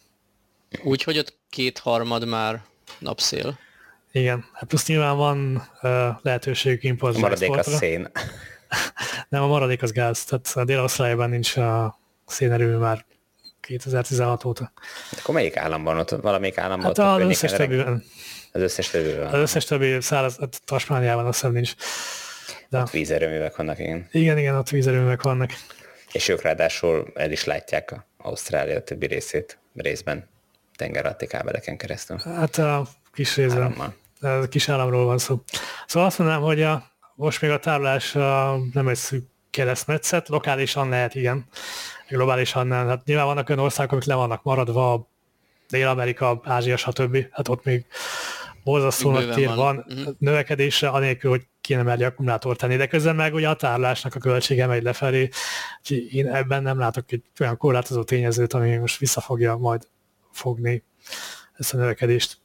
Úgyhogy ott kétharmad már napszél. Igen, hát plusz nyilván van uh, lehetőségük importra. A maradék a szén. Nem, a maradék az gáz. Tehát a Dél-Ausztráliában nincs a szénerőmű már kétezer-tizenhat óta. De akkor melyik államban? Ott valamelyik államban? Hát az összes többiben. Az összes többiben. Az összes többi száraz, hát Tasmániában azt hiszem nincs. De ott vízerőművek vannak, igen. Igen, igen, ott vízerőművek vannak. És ők ráadásul el is látják az Ausztrália többi részét, részben tenger alatti kábeleken keresztül. Hát a kis részben. A kis államról van szó. Szóval azt mondanám, hogy a, most még a tárolás a, nem egy szűk keresztmetszet, lokálisan lehet, igen. Globálisan nem. Hát nyilván vannak olyan országok, amik le vannak maradva, Dél-Amerika, Ázsia, stb. Hát ott még borzasztó nagy tér van, van uh-huh. növekedésre, anélkül, hogy kéne merni akkumulátort tenni, de közben meg ugye a tárolásnak a költsége megy lefelé, úgyhogy én ebben nem látok egy olyan korlátozó tényezőt, ami most vissza fogja majd fogni ezt a növekedést.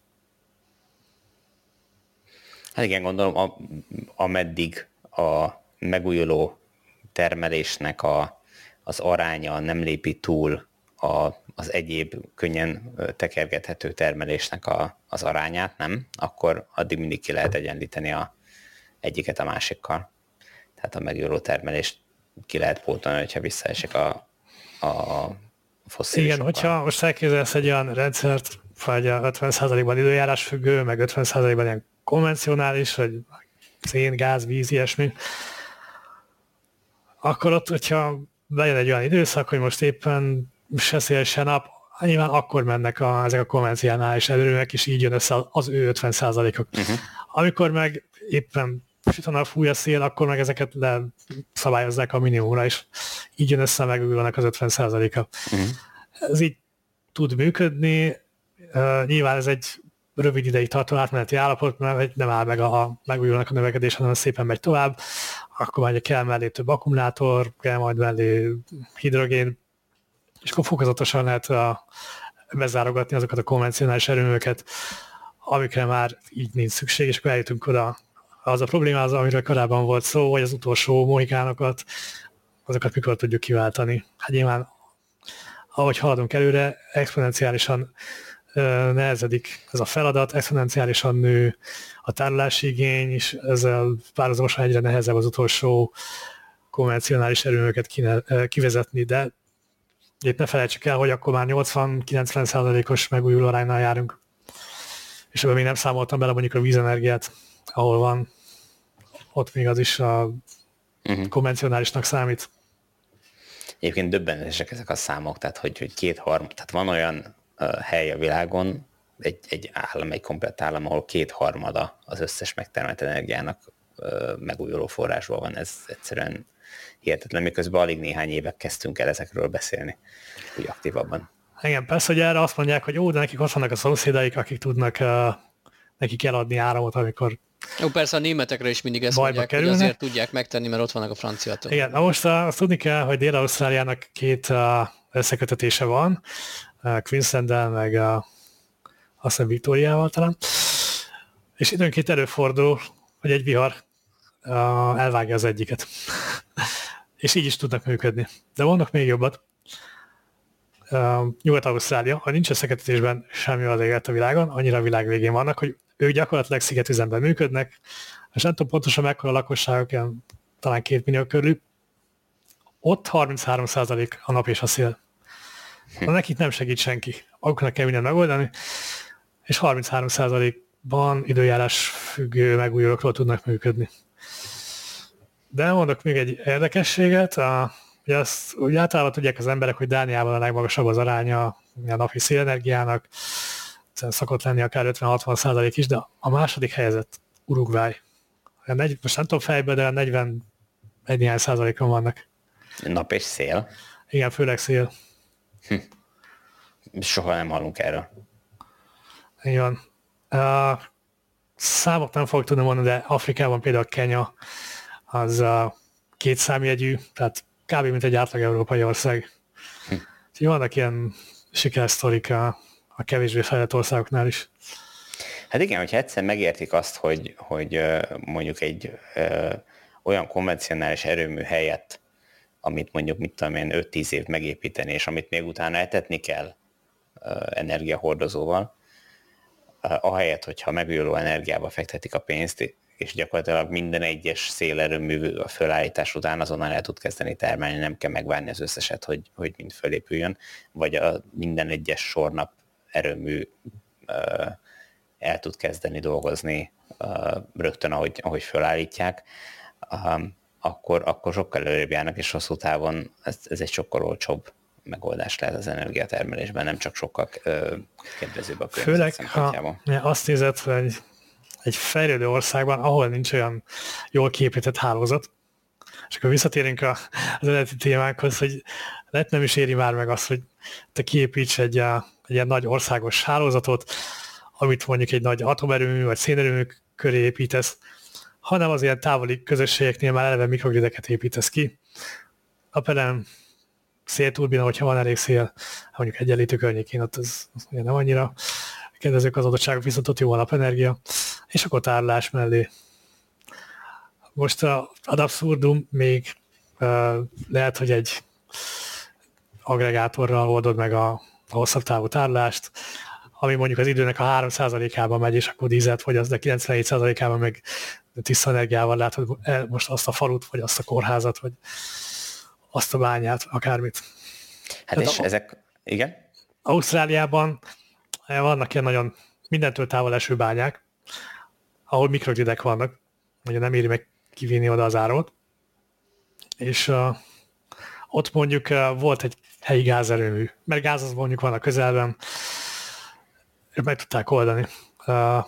Hát igen, gondolom, a, ameddig a megújuló termelésnek a, az aránya nem lépi túl a, az egyéb könnyen tekergethető termelésnek a, az arányát, nem? Akkor addig mindig ki lehet egyenlíteni a egyiket a másikkal. Tehát a megújuló termelést ki lehet pótolni, hogyha visszaesik a, a fosszilisokban. Igen, hogyha most elképzelsz egy olyan rendszert, vagy a ötven százalékban időjárás függő, meg ötven százalékban ilyen konvencionális, vagy szén, gáz, víz, ilyesmi, akkor ott, hogyha bejön egy olyan időszak, hogy most éppen se szél, se nap, nyilván akkor mennek a, ezek a konvencionális erőművek, és így jön össze az ő ötven százalékok. Uh-huh. Amikor meg éppen süt a nap, fúj a szél, akkor meg ezeket leszabályozzák a minimumra, és így jön össze megújulnak az ötven százaléka. Uh-huh. Ez így tud működni. Uh, nyilván ez egy rövid ideig tartó átmeneti állapot, mert nem áll meg a, a megújulnak a növekedés, hanem szépen megy tovább. Akkor majd kell mellé több akkumulátor, kell majd mellé hidrogén, és akkor fokozatosan lehet a, bezárogatni azokat a konvencionális erőműveket, amikre már így nincs szükség, és akkor eljutunk oda. Az a probléma az, amiről korábban volt szó, hogy az utolsó mohikánokat, azokat mikor tudjuk kiváltani. Hát nyilván, ahogy haladunk előre, exponenciálisan ö, nehezedik ez a feladat, exponenciálisan nő a tárolási igény, és ezzel párhuzamosan egyre nehezebb az utolsó konvencionális erőműket kine, kivezetni, de itt ne felejtsük el, hogy akkor már nyolcvan-kilencven százalékos megújuló aránynál járunk. És ebben még nem számoltam bele mondjuk a vízenergiát, ahol van, ott még az is a uh-huh. konvencionálisnak számít. Egyébként döbbenetesek ezek a számok, tehát hogy, hogy kétharmad, tehát van olyan uh, hely a világon, egy, egy állam, egy komplett állam, ahol kétharmada az összes megtermelt energiának megújuló forrásból van, ez egyszerűen hihetetlen, miközben alig néhány évek kezdtünk el ezekről beszélni, úgy aktívabban. Igen, persze, hogy erre azt mondják, hogy ó, de nekik ott vannak a szomszédaik, akik tudnak uh, nekik eladni áramot, amikor Jó, persze a németekre is mindig ezt mondják, kerülne. Hogy azért tudják megtenni, mert ott vannak a franciátok. Igen, na most azt tudni kell, hogy Dél-Ausztráliának két uh, összekötetése van, uh, Queenslanda-del, meg uh, azt hiszem Victoriával talán, és időnként előfordul, hogy egy vihar uh, elvágja az egyiket. És így is tudnak működni. De vannak még jobbat. Uh, Nyugat-Ausztrália, ha nincs összekötetésben semmivel éget a világon, annyira a világ végén vannak, hogy ők gyakorlatilag szigetüzemben működnek, és nem tudom pontosan mekkora lakosságok, ilyen, talán két millió körül. Ott harminchárom százalék a nap és a szél. Na, nekik nem segít senki. Maguknak kell mindent megoldani, és harminchárom százalékban időjárás függő megújulókról tudnak működni. De mondok még egy érdekességet. A, ugye, azt, ugye általában tudják az emberek, hogy Dániában a legmagasabb az aránya a napi szélenergiának, szokott lenni akár ötven-hatvan százalék is, de a második helyezett Uruguay. Most nem tudom fejből, de negyvenegy néhány százalékon vannak. Nap és szél? Igen, főleg szél. Hm. Soha nem hallunk erről. Igen. Uh, számot nem fogok tudni mondani, de Afrikában például Kenya az uh, két számjegyű, tehát kb. Mint egy átlag európai ország. Hm. Úgyhogy vannak ilyen sikersztorik a, a kevésbé fejlett országoknál is. Hát igen, hogyha egyszer megértik azt, hogy, hogy mondjuk egy ö, olyan konvencionális erőmű helyett, amit mondjuk, mit tudom én, öt-tíz év megépíteni, és amit még utána etetni kell ö, energiahordozóval, ö, ahelyett, hogyha megújuló energiába fektetik a pénzt, és gyakorlatilag minden egyes szélerőmű a fölállítás után azonnal el tud kezdeni termelni, nem kell megvárni az összeset, hogy, hogy mind fölépüljön, vagy a minden egyes sornap erőmű ö, el tud kezdeni dolgozni uh, rögtön, ahogy, ahogy fölállítják, um, akkor, akkor sokkal előrébb járnak, és hosszú távon ez, ez egy sokkal olcsóbb megoldás lehet az energiatermelésben, nem csak sokkal uh, kedvezőbb a környezet szempontjából. Főleg, ha azt nézed, hogy egy fejlődő országban, ahol nincs olyan jól kiépített hálózat, és akkor visszatérünk az eredeti témánkhoz, hogy lehet nem is éri már meg azt, hogy te kiépíts egy, egy ilyen nagy országos hálózatot, amit mondjuk egy nagy atomerőmű vagy szénerőmű köré építesz, hanem az ilyen távoli közösségeknél már eleve mikrogrideket építesz ki. Napelem, szélturbina, hogyha van elég szél, mondjuk egyenlítő környékén, ott az, az ugye nem annyira kedvezők az adottságok, viszont ott jó a napenergia, és akkor tárolás mellé. Most ad abszurdum még uh, lehet, hogy egy agregátorral oldod meg a, a hosszabb távú tárolást, ami mondjuk az időnek a három százalékában megy, és akkor dízelt fogyaszt, de kilencvenhét százalékában meg tiszta energiával látod most azt a falut, vagy azt a kórházat, vagy azt a bányát, akármit. Hát tehát és a, ezek, igen? Ausztráliában vannak ilyen nagyon mindentől távol eső bányák, ahol mikrogridek vannak, ugye nem éri meg kivinni oda az áramot, és uh, ott mondjuk uh, volt egy helyi gázerőmű, mert gáz az mondjuk van a közelben, és meg tudták oldani. Uh,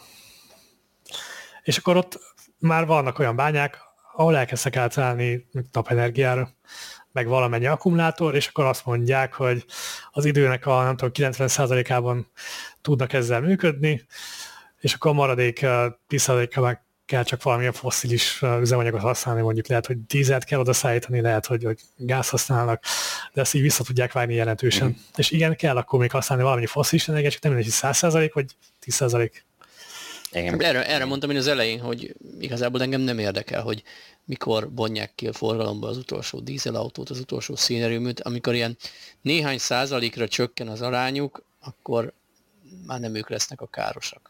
és akkor ott már vannak olyan bányák, ahol elkezdtek átállni napenergiára, meg valamennyi akkumulátor, és akkor azt mondják, hogy az időnek a nem tudom, kilencven százalékában tudnak ezzel működni, és akkor a maradék tíz százalékkal meg kell csak valamilyen fosszilis üzemanyagot használni, mondjuk lehet, hogy dízelt kell oda szállítani, lehet, hogy, hogy gáz használnak, de ezt így vissza tudják vágni jelentősen. Mm. És igen, kell akkor még használni valamennyi fosszilis energiát, csak nem mindegy, hogy száz százalék vagy tíz százalék. Erre, erre mondtam én az elején, hogy igazából engem nem érdekel, hogy mikor vonják ki a forgalomba az utolsó dízelautót, az utolsó szénerőműt, amikor ilyen néhány százalékra csökken az arányuk, akkor már nem ők lesznek a károsak.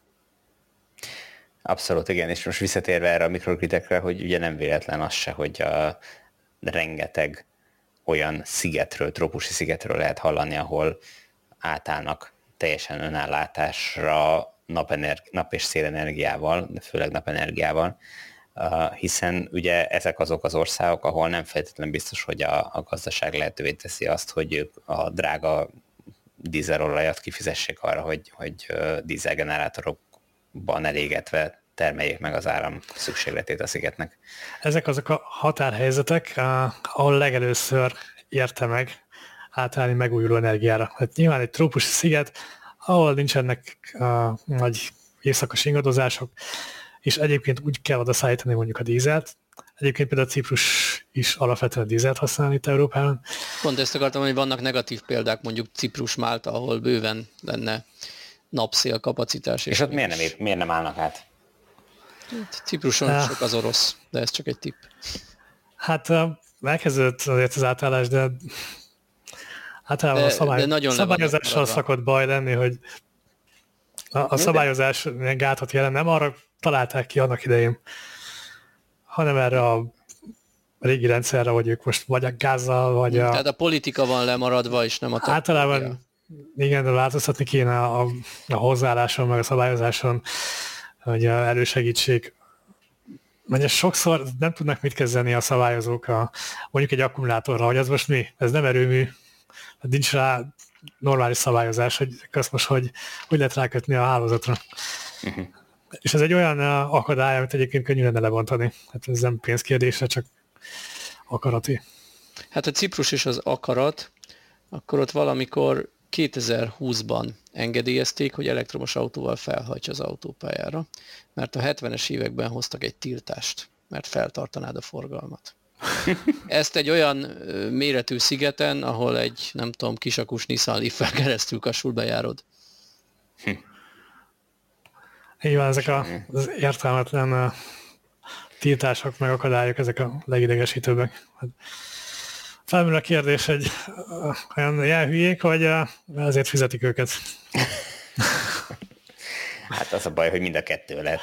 Abszolút, igen, és most visszatérve erre a mikrogridekre, hogy ugye nem véletlen az se, hogy a rengeteg olyan szigetről, trópusi szigetről lehet hallani, ahol átállnak teljesen önállátásra napenergi- nap- és szélenergiával, de főleg napenergiával, hiszen ugye ezek azok az országok, ahol nem feltétlenül biztos, hogy a, a gazdaság lehetővé teszi azt, hogy ők a drága dízelolajat kifizessék arra, hogy, hogy dízelgenerátorokban elégetve termeljék meg az áram szükségletét a szigetnek. Ezek azok a határhelyzetek, ahol legelőször érte meg átállni megújuló energiára. Hát nyilván egy trópusi sziget, ahol nincsenek uh, nagy éjszakos ingadozások, és egyébként úgy kell oda szállítani mondjuk a dízelt. Egyébként például Ciprus is alapvetően dízelt használ itt Európában. Pont ezt akartam, hogy vannak negatív példák, mondjuk Ciprus, Málta, ahol bőven lenne napszél kapacitás. És, és ott miért nem, ér, miért nem állnak át? Cipruson uh, sok az orosz, de ez csak egy tipp. Hát uh, elkezdődött azért az átállás, de általában de, a szabály, de szabályozással szokott baj lenni, hogy a, a szabályozás ilyen gátat jelent, nem arra találták ki annak idején, hanem erre a régi rendszerre, hogy ők most vagy a gázzal, vagy a... Tehát a politika van lemaradva, és nem a... Általában igen, de változtatni kéne a, a hozzáálláson, meg a szabályozáson, hogy elősegítsék. Mert sokszor nem tudnak mit kezdeni a szabályozók a, mondjuk egy akkumulátorra, hogy az most mi? Ez nem erőmű, nincs rá normális szabályozás, hogy azt most hogy, hogy lehet rákötni a hálózatra. Uh-huh. És ez egy olyan akadály, amit egyébként könnyű lenne lebontani. Hát ez nem pénzkérdése, csak akarati. Hát a Ciprus és az akarat, akkor ott valamikor kétezer-húszban engedélyezték, hogy elektromos autóval felhajtsa az autópályára, mert a hetvenes években hoztak egy tiltást, mert feltartanád a forgalmat. Ezt egy olyan méretű szigeten, ahol egy, nem tudom, kisakus Nissan Leaf-fel keresztül kasul bejárod. Hm. Így van, ezek a, az értelmetlen tiltások, meg akadályok, ezek a legidegesítőbbek. Felmerül a kérdés, hogy olyan ilyen hülyék, vagy azért fizetik őket? Hát az a baj, hogy mind a kettő lehet.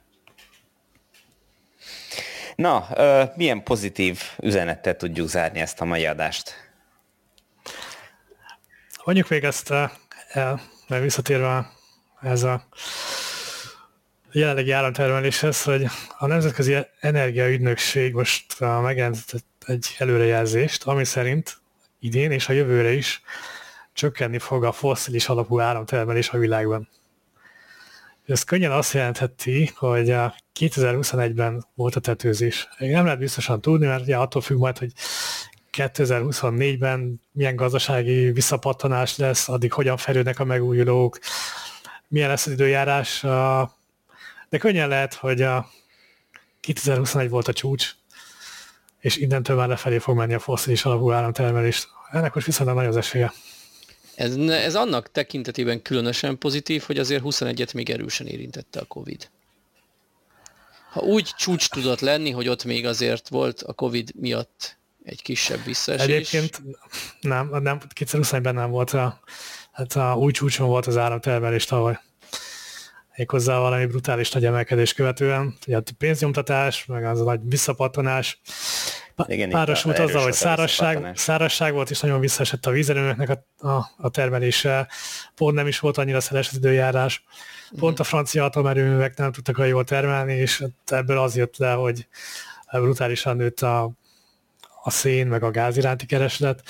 Na, milyen pozitív üzenettel tudjuk zárni ezt a mai adást? Mondjuk még ezt el, mert visszatérve ez a jelenlegi áramtermeléshez, hogy a Nemzetközi Energiaügynökség most megjelentett egy előrejelzést, ami szerint idén és a jövőre is csökkenni fog a fosszilis alapú áramtermelés a világban. Ez könnyen azt jelentheti, hogy kétezer-huszonegyben volt a tetőzés. Nem lehet biztosan tudni, mert ugye attól függ majd, hogy kétezer-huszonnégyben milyen gazdasági visszapattanás lesz, addig hogyan fejlődnek a megújulók, milyen lesz az időjárás, de könnyen lehet, hogy a kétezer-huszonegy volt a csúcs, és innentől már lefelé fog menni a fosszilis alapú áramtermelést. Ennek most viszont nagy az esélye. Ez, ez annak tekintetében különösen pozitív, hogy azért huszonegyet még erősen érintette a Covid. Ha úgy csúcs tudott lenni, hogy ott még azért volt a Covid miatt egy kisebb visszaesés. Egyébként nem, nem kétezer-huszonegyben nem volt a, hát a új csúcson volt az áramtermelés tavaly. Méghozzá valami brutális nagy emelkedés követően. Ugye a pénznyomtatás, meg az a nagy visszapattanás. Igen, párosult azzal, hogy szárazság, szárazság volt, és nagyon visszaesett a vízerőmöknek a, a, a termelése. Pont nem is volt annyira szeles az időjárás. Pont a francia atomerőművek nem tudtak olyan jól termelni, és ebből az jött le, hogy brutálisan nőtt a, a szén, meg a gáz iránti kereslet.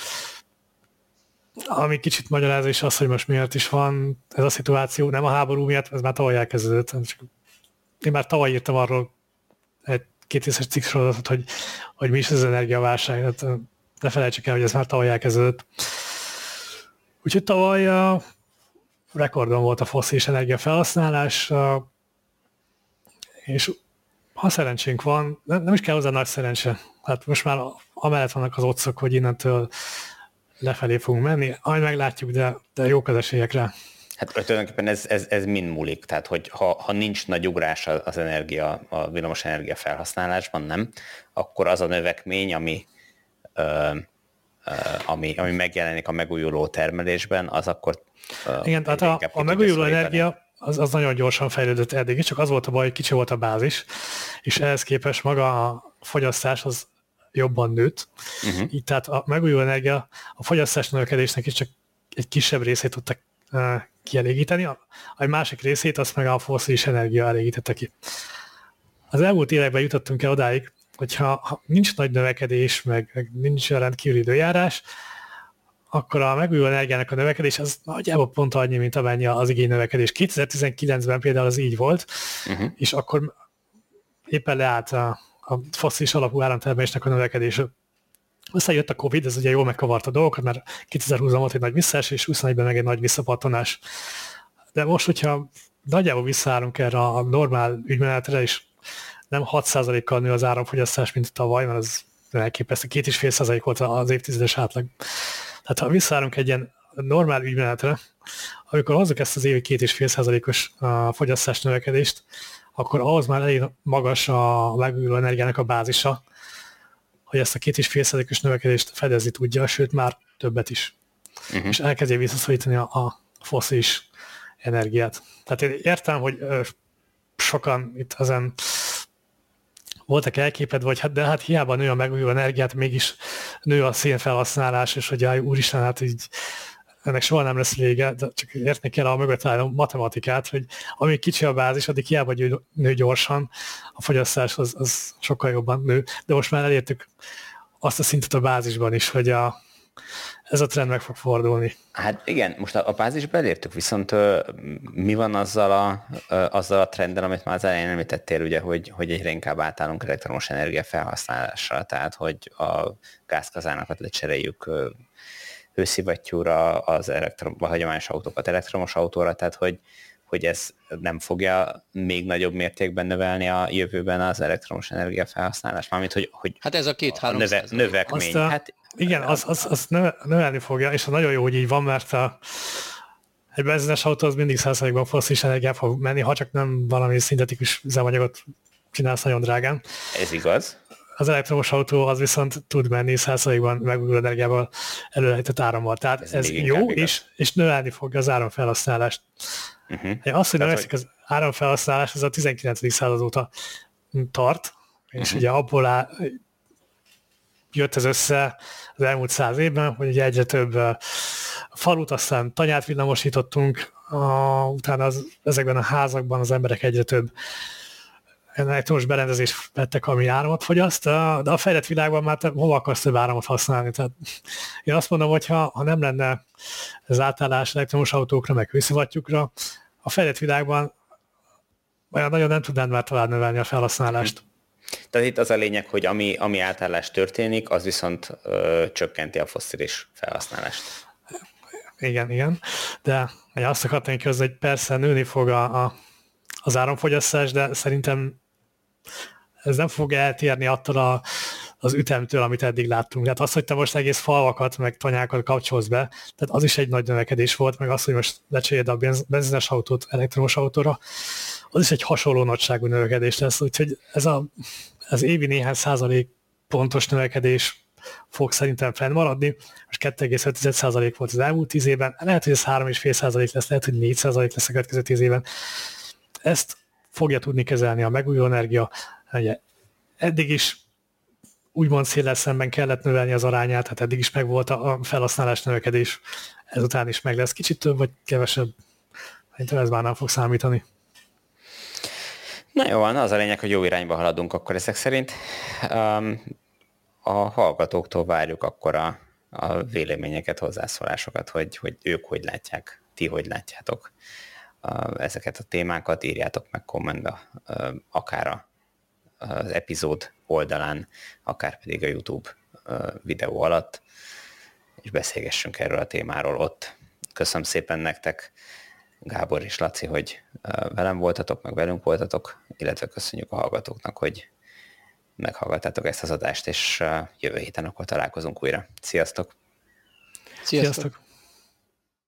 Ami kicsit magyarázza is az, hogy most miért is van ez a szituáció. Nem a háború miatt, ez már tavaly elkezdődött. Csak én már tavaly írtam arról egy két részes cikksorozatot, hogy, hogy mi is ez az energiaválság. Hát ne felejtsük el, hogy ez már tavaly elkezdődött. Úgyhogy tavaly a rekordon volt a fosszilis energia felhasználás, és ha szerencsénk van, nem is kell hozzá nagy szerencse. Hát most már amellett vannak az otcok, hogy innentől lefelé fogunk menni, majd meglátjuk, de, de jók az esélyekre. Hát tulajdonképpen ez, ez, ez mind múlik, tehát hogy ha, ha nincs nagy ugrás az energia, a villamos energia felhasználásban, nem, akkor az a növekmény, ami, ö, ö, ami, ami megjelenik a megújuló termelésben, az akkor ö, igen, tehát a, a megújuló energia az, az nagyon gyorsan fejlődött eddig, csak az volt a baj, hogy kicsi volt a bázis, és ehhez képest maga a fogyasztás az jobban nőtt. Uh-huh. Így tehát a megújuló energia a fogyasztás növekedésnek is csak egy kisebb részét tudta uh, kielégíteni, a, a másik részét azt meg a fosszilis energia elégítette ki. Az elmúlt években jutottunk el odáig, hogyha ha nincs nagy növekedés, meg, meg nincs rendkívüli időjárás, akkor a megújuló energiának a növekedés az nagyjából pont annyi, mint amennyi az igény növekedés. kétezer-tizenkilencben például az így volt, uh-huh. és akkor éppen leállt a, a fosszilis alapú áramtermelésnek a növekedése. Aztán jött a Covid, ez ugye jól megkavarta a dolgokat, mert kétezer-húszban volt egy nagy visszaesés, és huszonegyben meg egy nagy visszapattanás. De most, hogyha nagyjából visszaállunk erre a normál ügymenetre, és nem hat százalékkal nő az áramfogyasztás, mint tavaly, mert az elképesztő, két egész öt százalék volt az évtizedes átlag. Tehát ha visszaállunk egy ilyen normál ügymenetre, amikor hozzuk ezt az évi két egész öt százalékos fogyasztás növekedést, akkor ahhoz már elég magas a megújuló energiának a bázisa, hogy ezt a két egész öt százalékos növekedést fedezni tudja, sőt már többet is. Uh-huh. És elkezdje visszaszorítani a, a fosszilis energiát. Tehát én értem, hogy ö, sokan itt ezen voltak elképedve, vagy hát, de hát hiába nő a megújuló energiát, mégis nő a szénfelhasználás, és hogy jaj, úristen, hát így ennek soha nem lesz vége, de csak érteni kell a mögött álló matematikát, hogy amíg kicsi a bázis, addig hiába nő gyorsan, a fogyasztás az, az sokkal jobban nő, de most már elértük azt a szintet a bázisban is, hogy a, ez a trend meg fog fordulni. Hát igen, most a, a bázisba elértük, viszont uh, mi van azzal a, uh, azzal a trenddel, amit már az elején említettél, ugye, hogy, hogy egyre inkább átállunk elektromos energia felhasználásra, tehát hogy a gázkazánokat lecseréljük uh, hőszivattyúra, az elektrom, a hagyományos autókat elektromos autóra, tehát hogy, hogy ez nem fogja még nagyobb mértékben növelni a jövőben az elektromos energia felhasználást, mármint hogy, hogy hát ez a két-három növe, növekmény. A, hát, igen, az, az, az növelni fogja, és nagyon jó, hogy így van, mert a, egy benzines autó az mindig százalékban fosszilis energiát fog menni, ha csak nem valami szintetikus üzemanyagot csinálsz nagyon drágán. Ez igaz. Az elektromos autó az viszont tud menni százalékban megújuló energiával előállított árammal. Tehát ez, ez jó, és, és növelni fogja az áramfelhasználást. Uh-huh. Az, hogy növekszik az áramfelhasználás, az a tizenkilencedik század óta tart, és uh-huh. ugye abból áll, jött ez össze az elmúlt száz évben, hogy ugye egyre több uh, falut, aztán tanyát villamosítottunk, uh, utána az, ezekben a házakban az emberek egyre több elektromos berendezést vettek, ami áramot fogyaszt, de a fejlett világban már te hova akarsz több áramot használni? Tehát én azt mondom, hogy ha, ha nem lenne az átállás elektromos autókra, meg hőszivattyúkra, a fejlett világban olyan nagyon nem tudnád már tovább növelni a felhasználást. Tehát itt az a lényeg, hogy ami, ami átállás történik, az viszont ö, csökkenti a fosszilis felhasználást. Igen, igen. De azt akartam ki hozzá, hogy persze nőni fog a, a, az áramfogyasztás, de szerintem ez nem fog eltérni attól a, az ütemtől, amit eddig láttunk. Tehát az, hogy te most egész falvakat, meg tanyákat kapcsolsz be, tehát az is egy nagy növekedés volt, meg az, hogy most lecseréld a benzines autót elektromos autóra, az is egy hasonló nagyságú növekedés lesz. Úgyhogy ez a, az évi néhány százalék pontos növekedés fog szerintem fennmaradni. Most kettő egész öt százalék volt az elmúlt tíz évben, lehet, hogy ez három egész öt százalék lesz, lehet, hogy négy százalék lesz a következő tíz évben. Ezt fogja tudni kezelni a megújuló energia. Ugye, eddig is úgymond széllel szemben kellett növelni az arányát, hát eddig is megvolt a felhasználás növekedés, ezután is meg lesz. Kicsit több vagy kevesebb, szerintem ez már nem fog számítani. Na jó, az a lényeg, hogy jó irányba haladunk akkor ezek szerint. Um, a hallgatóktól várjuk akkor a, a véleményeket, hozzászólásokat, hogy, hogy ők hogy látják, ti hogy látjátok uh, ezeket a témákat, írjátok meg kommentbe, uh, akár a az epizód oldalán, akár pedig a YouTube videó alatt, és beszélgessünk erről a témáról ott. Köszönöm szépen nektek, Gábor és Laci, hogy velem voltatok, meg velünk voltatok, illetve köszönjük a hallgatóknak, hogy meghallgattátok ezt az adást, és jövő héten akkor találkozunk újra. Sziasztok! Sziasztok! Sziasztok.